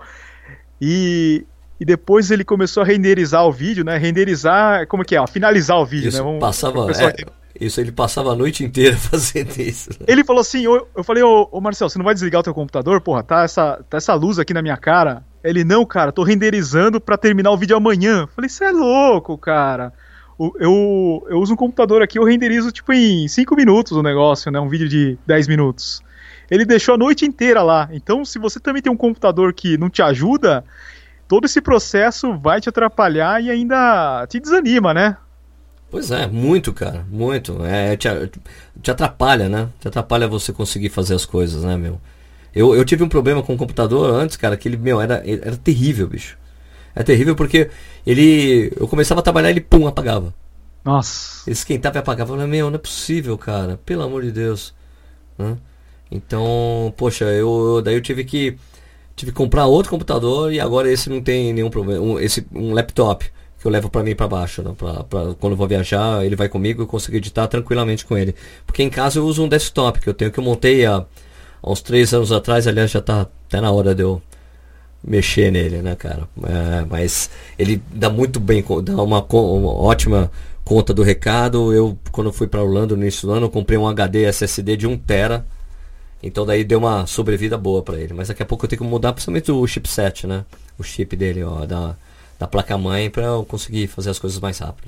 e depois ele começou a renderizar o vídeo, né? Renderizar, como que é? Finalizar o vídeo, isso, né? Ele passava a noite inteira fazendo isso. Né? Ele falou assim, eu falei, ô Marcel, você não vai desligar o teu computador? Porra, tá essa luz aqui na minha cara. Ele, não, cara, tô renderizando pra terminar o vídeo amanhã. Eu falei, você é louco, cara. Eu uso um computador aqui, eu renderizo tipo em 5 minutos o negócio, né? Um vídeo de 10 minutos. Ele deixou a noite inteira lá. Então, se você também tem um computador que não te ajuda, todo esse processo vai te atrapalhar e ainda te desanima, né? Pois é, muito, cara, muito. Te atrapalha, né? Te atrapalha você conseguir fazer as coisas, né, meu? Eu tive um problema com o computador antes, cara, que ele, era terrível, bicho. É terrível porque eu começava a trabalhar e ele, pum, apagava. Nossa. Ele esquentava e apagava. Eu falei, não é possível, cara. Pelo amor de Deus. Né? Então, poxa, daí eu tive que comprar outro computador e agora esse não tem nenhum problema. Um laptop que eu levo pra mim e pra baixo. Né? Quando eu vou viajar, ele vai comigo e eu consigo editar tranquilamente com ele. Porque em casa eu uso um desktop que eu montei há uns 3 anos atrás. Aliás, já tá até na hora de eu mexer nele, né, cara? Mas ele dá muito bem, dá uma ótima conta do recado. Quando eu fui para Orlando no início do ano, eu comprei um HD SSD de 1 tera. Então daí deu uma sobrevida boa para ele. Mas daqui a pouco eu tenho que mudar principalmente o chipset, né? O chip dele, ó, da placa-mãe, para eu conseguir fazer as coisas mais rápido.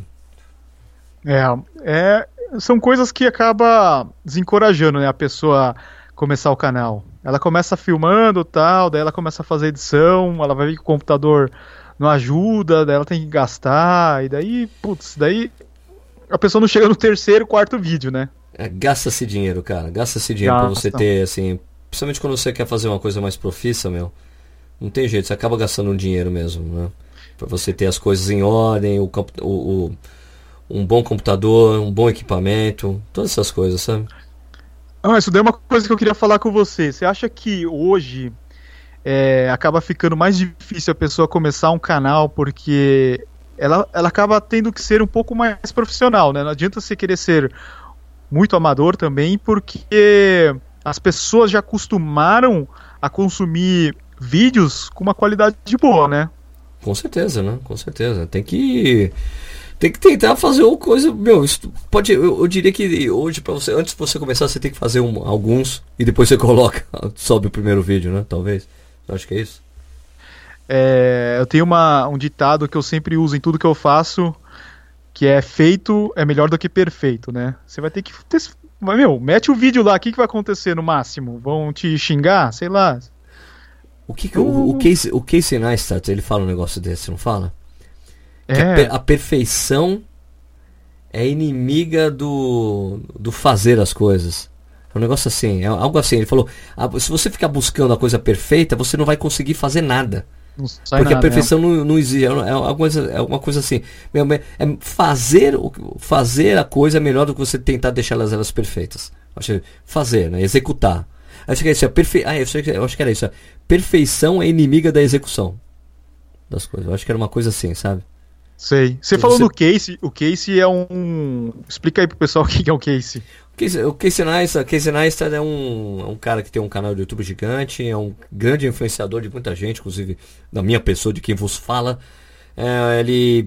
São coisas que acaba desencorajando, né, a pessoa começar o canal. Ela começa filmando tal, daí ela começa a fazer edição, ela vai ver que o computador não ajuda, daí ela tem que gastar, e daí, daí a pessoa não chega no 3º, 4º vídeo, né? Gasta-se dinheiro, cara, gasta-se dinheiro pra você ter, assim, principalmente quando você quer fazer uma coisa mais profissa, meu, não tem jeito, você acaba gastando um dinheiro mesmo, né? Pra você ter as coisas em ordem, um bom computador, um bom equipamento, todas essas coisas, sabe? Isso daí é uma coisa que eu queria falar com você. Você acha que hoje acaba ficando mais difícil a pessoa começar um canal porque ela acaba tendo que ser um pouco mais profissional, né? Não adianta você querer ser muito amador também, porque as pessoas já acostumaram a consumir vídeos com uma qualidade boa, né? Com certeza, né? Com certeza. Tem que tentar fazer uma coisa, meu, eu diria que hoje pra você, antes de você começar, você tem que fazer alguns e depois você sobe o primeiro vídeo, né, talvez, eu acho que é isso. Eu tenho um ditado que eu sempre uso em tudo que eu faço, que é feito é melhor do que perfeito, né, você vai ter que mete o vídeo lá, o que vai acontecer no máximo? Vão te xingar? Sei lá. O Casey Neistat, ele fala um negócio desse, não fala? A perfeição é inimiga do fazer as coisas. É um negócio assim, é algo assim. Ele falou, se você ficar buscando a coisa perfeita, você não vai conseguir fazer nada. Porque a perfeição não existe. É uma coisa assim. Fazer a coisa é melhor do que você tentar deixar elas perfeitas. Fazer, né? Executar. Acho que é isso. Eu acho que era isso. Perfeição é inimiga da execução das coisas. Eu acho que era uma coisa assim, sabe? Sei. Você falou do Casey. O Casey é um... Explica aí pro pessoal o que é o Casey. O Casey Neistat é um cara que tem um canal do YouTube gigante, é um grande influenciador de muita gente, inclusive da minha pessoa, de quem vos fala. Ele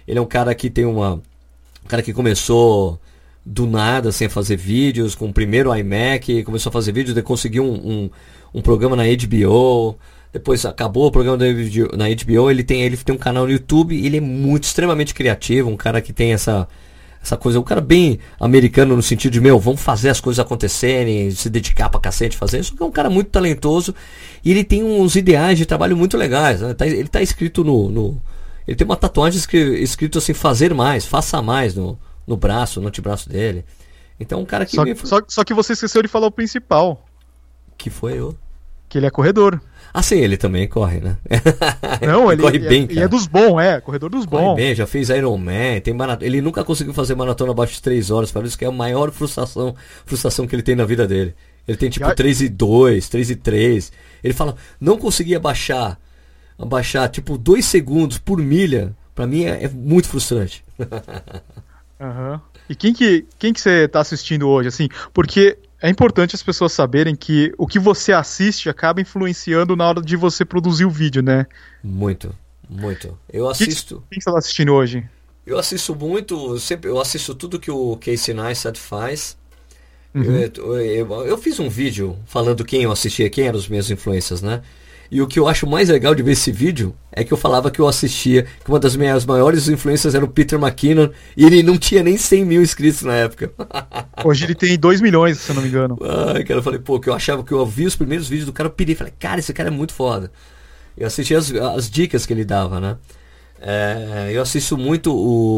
Ele é um cara que tem um cara que começou do nada, sem fazer vídeos, com o primeiro iMac, começou a fazer vídeos, daí conseguiu um programa na HBO, depois acabou o programa na HBO, ele tem um canal no YouTube, ele é muito, extremamente criativo, um cara que tem essa coisa, um cara bem americano no sentido de, vamos fazer as coisas acontecerem, se dedicar pra cacete, fazer isso, que é um cara muito talentoso, e ele tem uns ideais de trabalho muito legais, né? Ele tá escrito ele tem uma tatuagem escrito assim, fazer mais, faça mais no braço, no antebraço dele. Então um cara que... Só que você esqueceu de falar o principal. Que foi eu? Que ele é corredor. Ah, sim, ele também corre, né? Não, ele corre bem, cara. E é dos bons, corredor dos bons. Corre bem, já fez Iron Man, tem ele nunca conseguiu fazer maratona abaixo de 3 horas, parece que é a maior frustração que ele tem na vida dele. Ele tem tipo 3:02, 3:03. Ele fala, não conseguia abaixar tipo 2 segundos por milha, pra mim é muito frustrante. Uhum. E quem que você tá assistindo hoje, assim? Porque é importante as pessoas saberem que o que você assiste acaba influenciando na hora de você produzir o vídeo, né? Muito, muito. Eu assisto. Quem que você tá assistindo hoje? Eu assisto muito, eu assisto tudo que o Casey Neistat faz. Uhum. Eu fiz um vídeo falando quem eu assistia, quem eram as minhas influências, né? E o que eu acho mais legal de ver esse vídeo é que eu falava que eu assistia, que uma das minhas maiores influências era o Peter McKinnon, e ele não tinha nem 100 mil inscritos na época. Hoje ele tem 2 milhões, se eu não me engano. Ai, cara, eu falei, que eu achava que eu vi os primeiros vídeos do cara, eu pirei, falei, cara, esse cara é muito foda. Eu assisti as dicas que ele dava, né? Eu assisto muito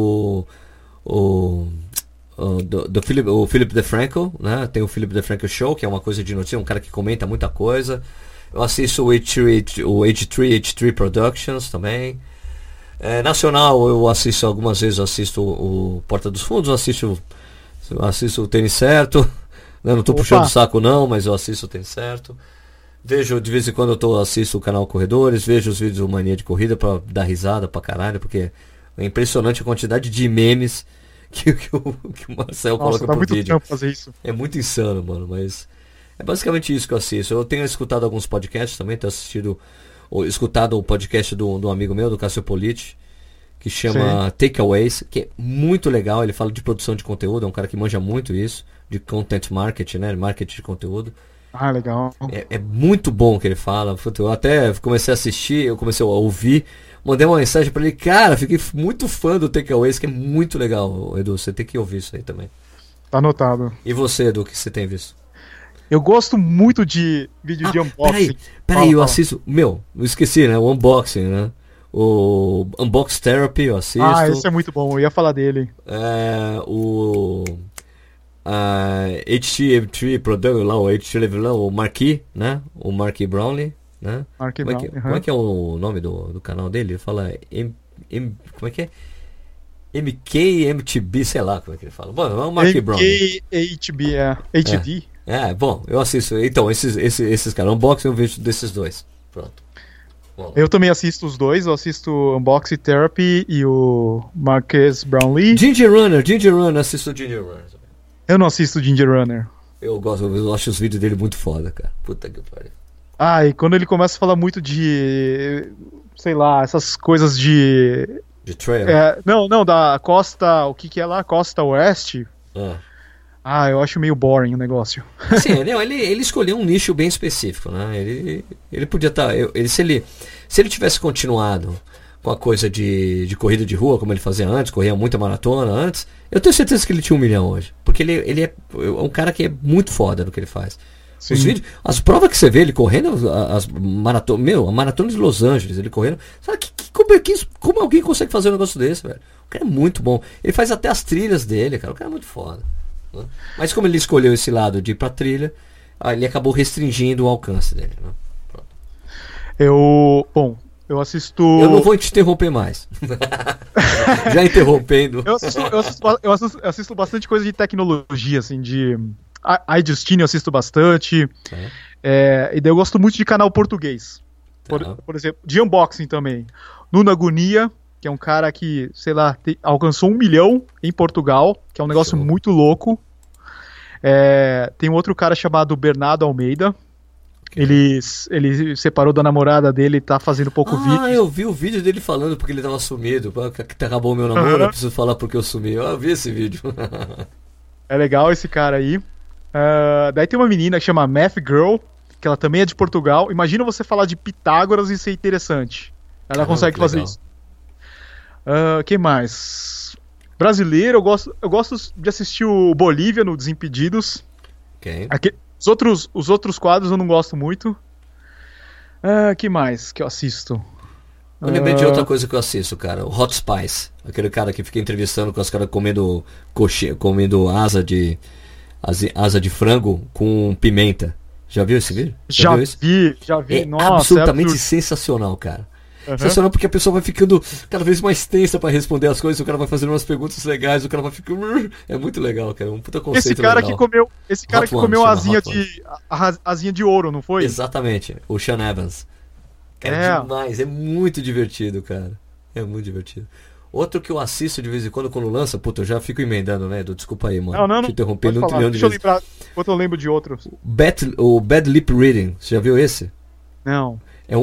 o Philip DeFranco, né? Tem o Philip DeFranco Show, que é uma coisa de notícia, um cara que comenta muita coisa. Eu assisto o H3 Productions também. Nacional, eu assisto algumas vezes, o Porta dos Fundos, assisto o Tênis Certo. Não tô puxando o saco não, mas eu assisto o Tênis Certo. Vejo, de vez em quando assisto o canal Corredores, vejo os vídeos do Mania de Corrida pra dar risada pra caralho, porque é impressionante a quantidade de memes que o Marcel coloca pro vídeo. Tempo fazer isso. É muito insano, mano, mas é basicamente isso que eu assisto. Eu tenho escutado alguns podcasts também, escutado o podcast do amigo meu, do Cássio Politi, que chama Takeaways, que é muito legal. Ele fala de produção de conteúdo, é um cara que manja muito isso, de content marketing, né, marketing de conteúdo. Ah, legal. É muito bom o que ele fala. Eu até comecei a assistir, eu comecei a ouvir, mandei uma mensagem pra ele, cara, fiquei muito fã do Takeaways, que é muito legal, Edu, você tem que ouvir isso aí também. Tá anotado. E você, Edu, o que você tem visto? Eu gosto muito de vídeo de unboxing. Peraí, eu assisto. Eu esqueci, né? O unboxing, né? O Unbox Therapy, eu assisto. Ah, esse é muito bom, eu ia falar dele. O HT Product, lá, o HT Level, lá, o Marquis, né? O Marquis Brownlee, né? Como é que é o nome do canal dele? Ele fala como é que é? MKMTB, sei lá como é que ele fala. Bom, é o Marquis Brownlee. MKHB, HD. Bom, eu assisto. Então, esses caras, unboxing eu vejo desses dois. Pronto. Bom. Eu também assisto os dois, eu assisto o Unboxing Therapy e o Marques Brownlee. Ginger Runner, assisto o Ginger Runner. Eu não assisto o Ginger Runner. Eu acho os vídeos dele muito foda, cara. Puta que pariu. E quando ele começa a falar muito de, sei lá, essas coisas de trail? Não, da costa, o que é lá? Costa Oeste. Eu acho meio boring o negócio. Sim, ele escolheu um nicho bem específico, né? Ele podia estar... se ele tivesse continuado com a coisa de corrida de rua, como ele fazia antes, corria muita maratona antes, eu tenho certeza que ele tinha 1 milhão hoje. Porque ele é um cara que é muito foda no que ele faz. Sim. Os vídeos, as provas que você vê ele correndo, as maratonas, a maratona de Los Angeles, ele correndo. Sabe como alguém consegue fazer um negócio desse, velho? O cara é muito bom. Ele faz até as trilhas dele, cara. O cara é muito foda. Né? Mas como ele escolheu esse lado de ir pra trilha, ele acabou restringindo o alcance dele. Né? Pronto. Eu assisto. Eu não vou te interromper mais. Já interrompendo. Eu assisto bastante coisa de tecnologia, assim, de. iJustine eu assisto bastante. E daí eu gosto muito de canal português. Por exemplo, de unboxing também. Nuno Agonia, que é um cara que, sei lá, alcançou 1 milhão em Portugal, que é um negócio muito louco. Tem um outro cara chamado Bernardo Almeida, Ele separou da namorada dele e tá fazendo pouco vídeo. Ah, eu vi o vídeo dele falando porque ele tava sumido. Que acabou o meu namoro, eu preciso falar porque eu sumi. Eu vi esse vídeo. É legal esse cara aí. Daí tem uma menina que chama Math Girl, que ela também é de Portugal. Imagina você falar de Pitágoras e ser interessante. Ela consegue fazer isso. Quem mais? Brasileiro, eu gosto de assistir o Bolívia no Desimpedidos. Ok. Os outros quadros eu não gosto muito. Que mais que eu assisto? Eu lembrei de outra coisa que eu assisto, cara. O Hot Spice. Aquele cara que fica entrevistando com os caras comendo asa de frango com pimenta. Já viu esse vídeo? Já vi. É Nossa, absolutamente sensacional, cara. Sensacional porque a pessoa vai ficando cada vez mais tensa pra responder as coisas, o cara vai fazendo umas perguntas legais, o cara vai ficando... É muito legal, cara. Um puta conceito legal. Esse cara que comeu a asinha de ouro, não foi? Exatamente. O Sean Evans. É demais. É muito divertido, cara. É muito divertido. Outro que eu assisto de vez em quando lança, puta, eu já fico emendando, né, Edu? Desculpa aí, mano. Não. Te interrompendo um trilhão de vezes. Deixa eu lembrar, enquanto eu lembro de outros. O Bad Lip Reading, você já viu esse? Não. É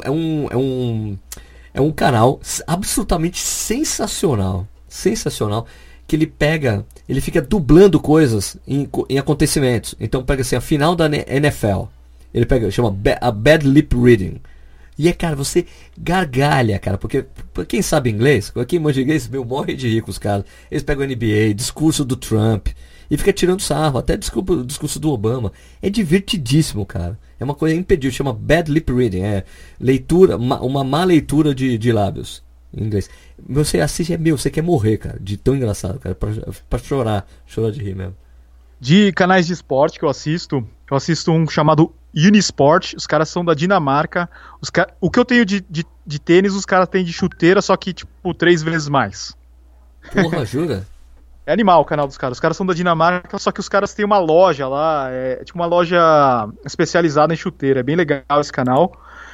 um canal absolutamente sensacional. Sensacional. Que ele fica dublando coisas em acontecimentos. Então pega assim, a final da NFL. Chama a Bad Lip Reading. E cara, você gargalha, cara, porque quem sabe inglês, quem manja inglês, morre de ricos, cara. Eles pegam o NBA, discurso do Trump, e fica tirando sarro, até discurso do Obama. É divertidíssimo, cara. É uma coisa impedível, chama Bad Lip Reading, leitura, uma má leitura de lábios em inglês. Você assiste, você quer morrer, cara, de tão engraçado, cara, pra chorar de rir mesmo. De canais de esporte que eu assisto um chamado Unisport, os caras são da Dinamarca. O que eu tenho de tênis, os caras têm de chuteira, só que tipo 3 vezes mais. Porra, jura? É animal o canal dos caras. Os caras são da Dinamarca, só que os caras têm uma loja lá, tipo uma loja especializada em chuteira. É bem legal esse canal.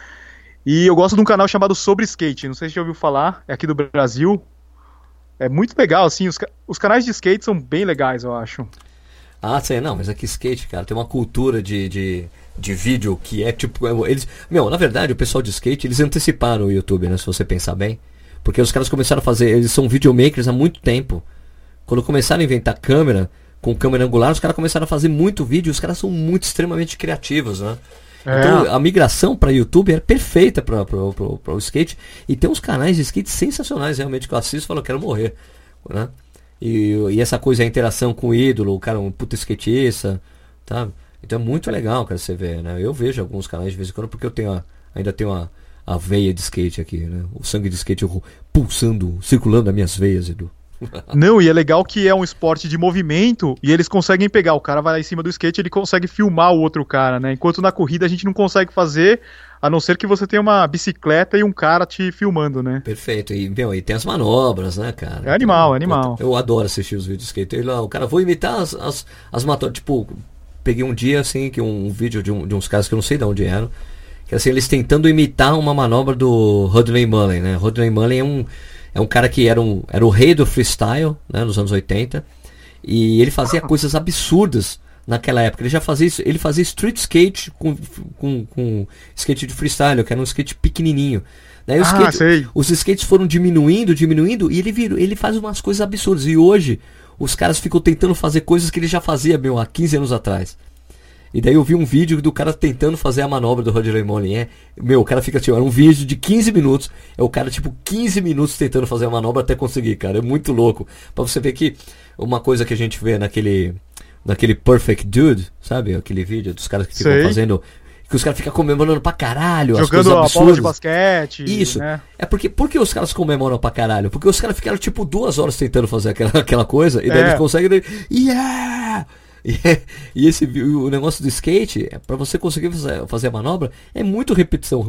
E eu gosto de um canal chamado Sobre Skate, não sei se você já ouviu falar, é aqui do Brasil. É muito legal, assim, os canais de skate são bem legais, eu acho. Ah, sei, não, mas aqui skate, cara, tem uma cultura de vídeo que é tipo... na verdade, o pessoal de skate, eles anteciparam o YouTube, né, se você pensar bem. Porque os caras começaram a fazer... Eles são videomakers há muito tempo. Quando começaram a inventar câmera, com câmera angular, os caras começaram a fazer muito vídeo, os caras são muito extremamente criativos, né? Então a migração para YouTube era perfeita para o skate. E tem uns canais de skate sensacionais, realmente, que eu assisto e falo, eu quero morrer, né? E essa coisa, a interação com o ídolo, o cara um puta skatista, tá? Então é muito legal, cara, você ver, né? Eu vejo alguns canais de vez em quando, porque eu ainda tenho a veia de skate aqui, né? O sangue de skate pulsando, circulando nas minhas veias, Edu. Não, e é legal que é um esporte de movimento e eles conseguem pegar, o cara vai lá em cima do skate, ele consegue filmar o outro cara, né? Enquanto na corrida a gente não consegue fazer, a não ser que você tenha uma bicicleta e um cara te filmando, né? Perfeito, e tem as manobras, né, cara? É animal, é animal. Eu adoro assistir os vídeos de skate. O cara, vou imitar as manobras, tipo, peguei um dia, assim, que um vídeo de uns caras que eu não sei de onde eram, que assim, eles tentando imitar uma manobra do Rodney Mullen, né? Rodney Mullen é um cara que era o rei do freestyle, né, nos anos 80, e ele fazia coisas absurdas naquela época. Ele já fazia isso, ele fazia street skate com skate de freestyle, que era um skate pequenininho. Daí os skates foram diminuindo, e ele faz umas coisas absurdas. E hoje os caras ficam tentando fazer coisas que ele já fazia, há 15 anos atrás. E daí eu vi um vídeo do cara tentando fazer a manobra do Rodney Mullen. O cara fica tipo, era um vídeo de 15 minutos. É o cara, tipo, 15 minutos tentando fazer a manobra até conseguir, cara. É muito louco. Pra você ver que uma coisa que a gente vê naquele Perfect Dude, sabe? Aquele vídeo dos caras que ficam fazendo... Que os caras ficam comemorando pra caralho. Jogando a bola de basquete. Isso. Né? É por que os caras comemoram pra caralho? Porque os caras ficaram, tipo, 2 horas tentando fazer aquela coisa. E daí eles conseguem... Yeah! O negócio do skate, para você conseguir fazer a manobra, é muita repetição,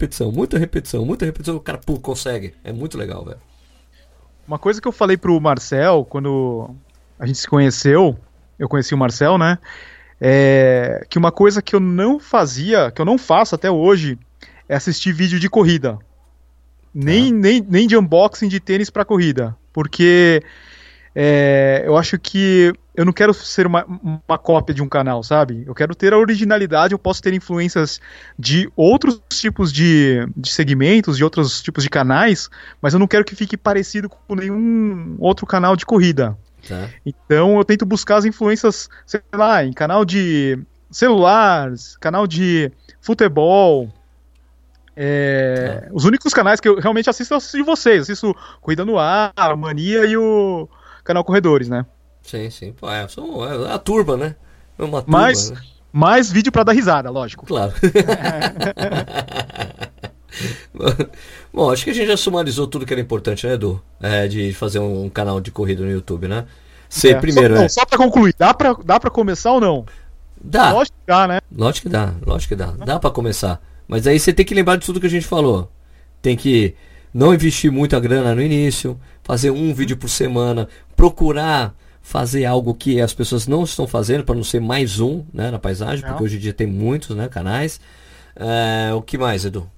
o cara consegue. É muito legal, velho. Uma coisa que eu falei pro Marcel, quando a gente se conheceu, eu conheci o Marcel, né? Que uma coisa que eu não fazia, que eu não faço até hoje, é assistir vídeo de corrida. Nem de unboxing de tênis pra corrida. Porque... eu acho que eu não quero ser uma cópia de um canal, sabe? Eu quero ter a originalidade, eu posso ter influências de outros tipos de segmentos, de outros tipos de canais, mas eu não quero que fique parecido com nenhum outro canal de corrida. Tá. Então eu tento buscar as influências, sei lá, em canal de celulares, canal de futebol. Os únicos canais que eu realmente assisto, eu assisto de vocês. Assisto Corrida no Ar, Mania e o canal Corredores, né? Sim, sim. Pô, é a turba, né? É uma turba, Mas, né? mais vídeo pra dar risada, lógico. Claro. Bom, acho que a gente já sumarizou tudo que era importante, né, Edu? De fazer um canal de corrida no YouTube, né? Primeiro, só pra concluir, dá pra começar ou não? Dá. Lógico que dá, né? Lógico que dá. Dá pra começar. Mas aí você tem que lembrar de tudo que a gente falou. Tem que não investir muita grana no início, fazer um vídeo por semana, procurar fazer algo que as pessoas não estão fazendo, para não ser mais um, né, na paisagem, porque hoje em dia tem muitos, né, canais. O que mais, Edu?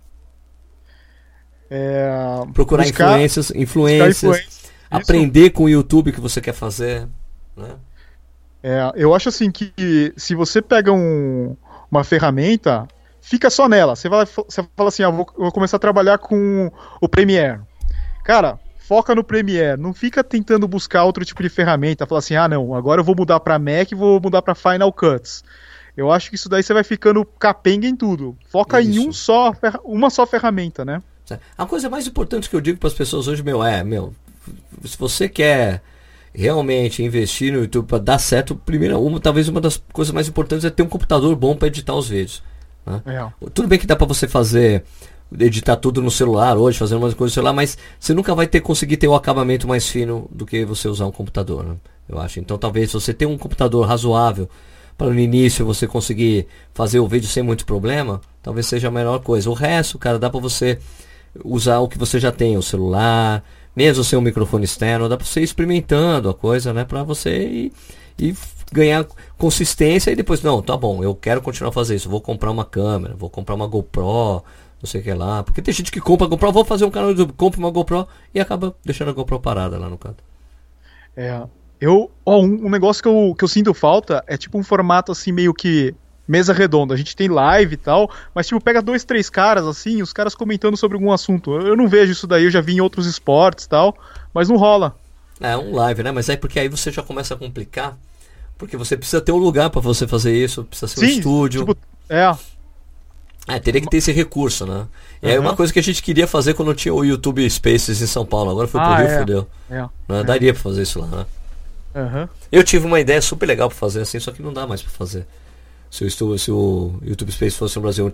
Procurar influências, aprender com o YouTube que você quer fazer, né? Eu acho assim que se você pega uma ferramenta, fica só nela. Você fala assim, eu vou começar a trabalhar com o Premiere. Cara, foca no Premiere, não fica tentando buscar outro tipo de ferramenta, fala assim, não, agora eu vou mudar para Mac e vou mudar para Final Cuts. Eu acho que isso daí você vai ficando capenga em tudo. Foca em uma só ferramenta, né? A coisa mais importante que eu digo para as pessoas hoje, se você quer realmente investir no YouTube para dar certo, talvez uma das coisas mais importantes é ter um computador bom para editar os vídeos, né? Tudo bem que dá para você editar tudo no celular hoje, fazer umas coisas no celular, mas você nunca vai conseguir ter o acabamento mais fino do que você usar um computador, né? Eu acho. Então talvez você ter um computador razoável para no início você conseguir fazer o vídeo sem muito problema, talvez seja a melhor coisa. O resto, cara, dá para você usar o que você já tem, o celular, mesmo sem um microfone externo, dá para você ir experimentando a coisa, né, para você ir ganhar consistência e depois, não, tá bom, eu quero continuar a fazer isso, vou comprar uma câmera, vou comprar uma GoPro, não sei o que lá, porque tem gente que compra a GoPro, vou fazer um canal do YouTube, compra uma GoPro e acaba deixando a GoPro parada lá no canto. Um negócio que eu sinto falta é tipo um formato assim meio que mesa redonda. A gente tem live e tal, mas tipo pega 2, 3 caras assim, os caras comentando sobre algum assunto. Eu não vejo isso daí, eu já vi em outros esportes e tal, mas não rola. Um live, né? Mas porque aí você já começa a complicar, porque você precisa ter um lugar para você fazer isso, precisa ser um estúdio. Tipo, teria que ter esse recurso, né? É uma coisa que a gente queria fazer quando tinha o YouTube Spaces em São Paulo. Agora foi pro Rio, fodeu. Daria pra fazer isso lá, né? Eu tive uma ideia super legal pra fazer assim, só que não dá mais pra fazer. Se o YouTube Space fosse no Brasil,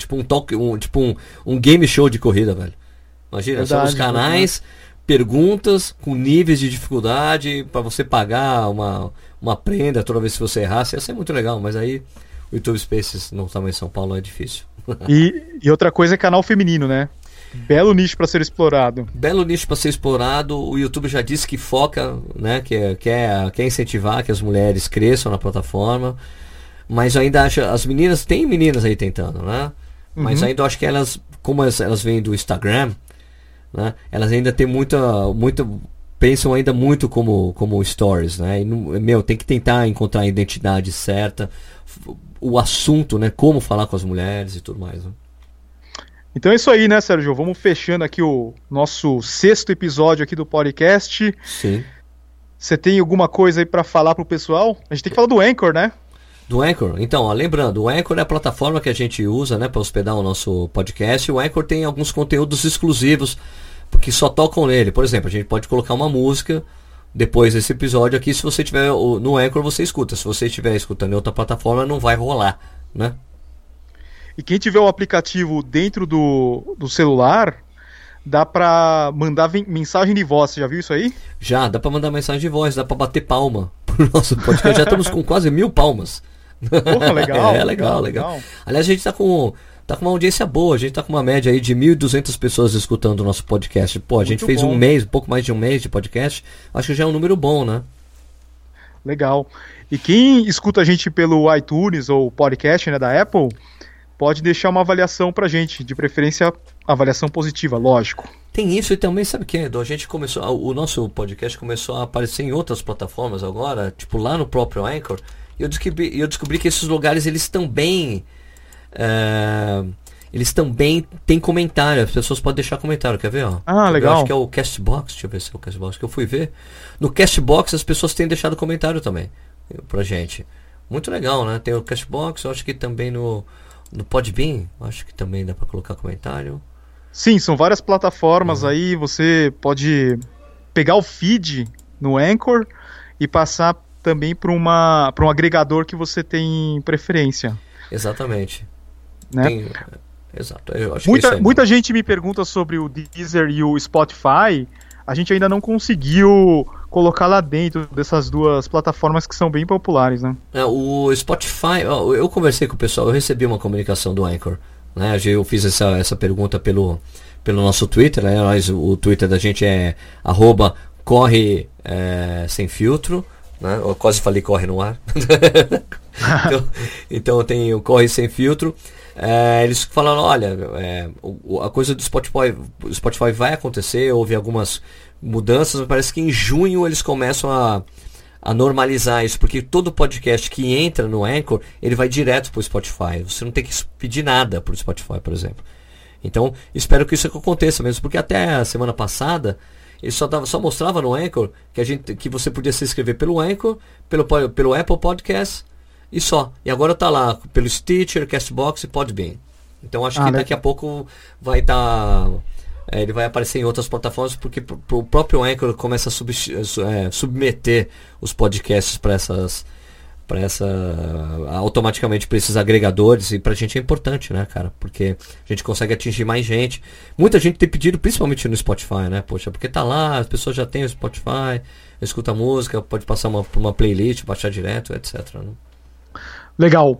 um game show de corrida, velho. Imagina, são os canais, perguntas com níveis de dificuldade pra você pagar uma prenda toda vez que você errasse. Ia ser muito legal, mas aí o YouTube Spaces no tamanho de São Paulo é difícil. E outra coisa é canal feminino, né? Belo nicho para ser explorado. O YouTube já disse que foca, né? Que quer incentivar que as mulheres cresçam na plataforma. Mas eu ainda acho, as meninas, tem meninas aí tentando, né? Mas ainda acho que como elas vêm do Instagram, né? Elas ainda têm pensam ainda muito como stories, né? E, tem que tentar encontrar a identidade certa, o assunto, né? Como falar com as mulheres e tudo mais, né? Então é isso aí, né, Sérgio? Vamos fechando aqui o nosso 6º episódio aqui do podcast. Sim. Você tem alguma coisa aí para falar pro pessoal? A gente tem que falar do Anchor, né? Do Anchor? Então, lembrando, o Anchor é a plataforma que a gente usa, né, para hospedar o nosso podcast. O Anchor tem alguns conteúdos exclusivos, porque só tocam nele. Por exemplo, a gente pode colocar uma música depois desse episódio aqui. Se você tiver no Anchor, você escuta. Se você estiver escutando em outra plataforma, não vai rolar, né? E quem tiver o aplicativo dentro do celular, dá pra mandar mensagem de voz. Você já viu isso aí? Já, dá pra mandar mensagem de voz, dá pra bater palma pro nosso podcast. Já estamos com quase 1000 palmas. Porra, legal. legal. Aliás, a gente tá com uma audiência boa. A gente tá com uma média aí de 1.200 pessoas escutando o nosso podcast. Pô, a gente fez um pouco mais de um mês de podcast. Acho que já é um número bom, né? Legal. E quem escuta a gente pelo iTunes ou podcast, né, da Apple, pode deixar uma avaliação pra gente, de preferência avaliação positiva, lógico. Tem isso e também, sabe o que, Edu? A gente começou, o nosso podcast começou a aparecer em outras plataformas agora, tipo lá no próprio Anchor, e eu descobri que esses lugares, eles também têm comentário, as pessoas podem deixar comentário, quer ver? Ó? Legal. Eu acho que é o Castbox, deixa eu ver se é o Castbox que eu fui ver. No Castbox as pessoas têm deixado comentário também pra gente. Muito legal, né? Tem o Castbox, eu acho que também no Podbean, acho que também dá pra colocar comentário. Sim, são várias plataformas aí, você pode pegar o feed no Anchor e passar também para um agregador que você tem preferência. Exatamente. Né? Exato. Eu acho que muita gente me pergunta sobre o Deezer e o Spotify, a gente ainda não conseguiu colocar lá dentro dessas duas plataformas que são bem populares, né? O Spotify, eu conversei com o pessoal, eu recebi uma comunicação do Anchor. Né? Eu fiz essa pergunta pelo nosso Twitter, né? O Twitter da gente é @corre sem filtro, né? Eu quase falei corre no ar. então tem o Corre Sem Filtro. Eles falaram, olha, a coisa do Spotify vai acontecer, houve algumas mudanças, mas parece que em junho eles começam a normalizar isso, porque todo podcast que entra no Anchor, ele vai direto para o Spotify. Você não tem que pedir nada para o Spotify, por exemplo. Então, espero que isso aconteça mesmo, porque até a semana passada, ele só mostrava no Anchor que você podia se inscrever pelo Anchor, pelo Apple Podcast e só. E agora está lá pelo Stitcher, Castbox e Podbean. Então, acho que daqui a pouco vai estar... ele vai aparecer em outras plataformas, porque o próprio Anchor começa a submeter os podcasts para automaticamente para esses agregadores, e pra gente é importante, né, cara? Porque a gente consegue atingir mais gente. Muita gente tem pedido, principalmente no Spotify, né? Poxa, porque tá lá, as pessoas já têm o Spotify, escuta a música, pode passar uma playlist, baixar direto, etc. Né? Legal.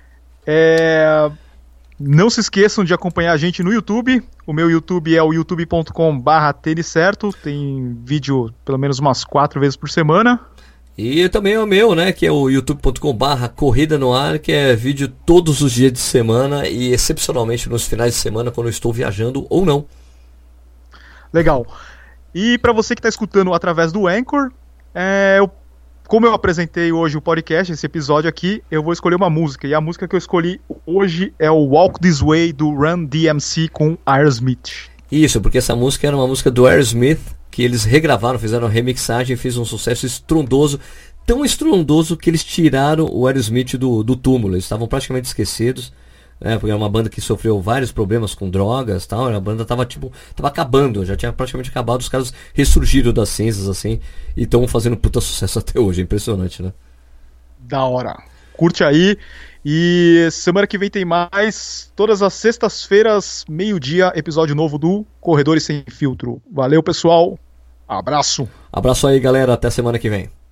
Não se esqueçam de acompanhar a gente no YouTube. O meu YouTube é o youtube.com/têniscerto. Tem vídeo pelo menos umas 4 vezes por semana. E também o meu, né, que é o youtube.com/corrida no ar, que é vídeo todos os dias de semana e excepcionalmente nos finais de semana quando eu estou viajando ou não. Legal. E para você que está escutando através do Anchor, como eu apresentei hoje o podcast, esse episódio aqui, eu vou escolher uma música. E a música que eu escolhi hoje é o Walk This Way do Run DMC com Aerosmith. Isso, porque essa música era uma música do Aerosmith, que eles regravaram, fizeram uma remixagem e fez um sucesso estrondoso, tão estrondoso que eles tiraram o Aerosmith do túmulo. Eles estavam praticamente esquecidos, né, porque era uma banda que sofreu vários problemas com drogas e tal. A banda tava acabando, já tinha praticamente acabado, os caras ressurgiram das cinzas assim e estão fazendo puta sucesso até hoje. É impressionante, né? Da hora. Curte aí. E semana que vem tem mais, todas as sextas-feiras, meio-dia, episódio novo do Corredores Sem Filtro. Valeu, pessoal. Abraço. Abraço aí, galera. Até semana que vem.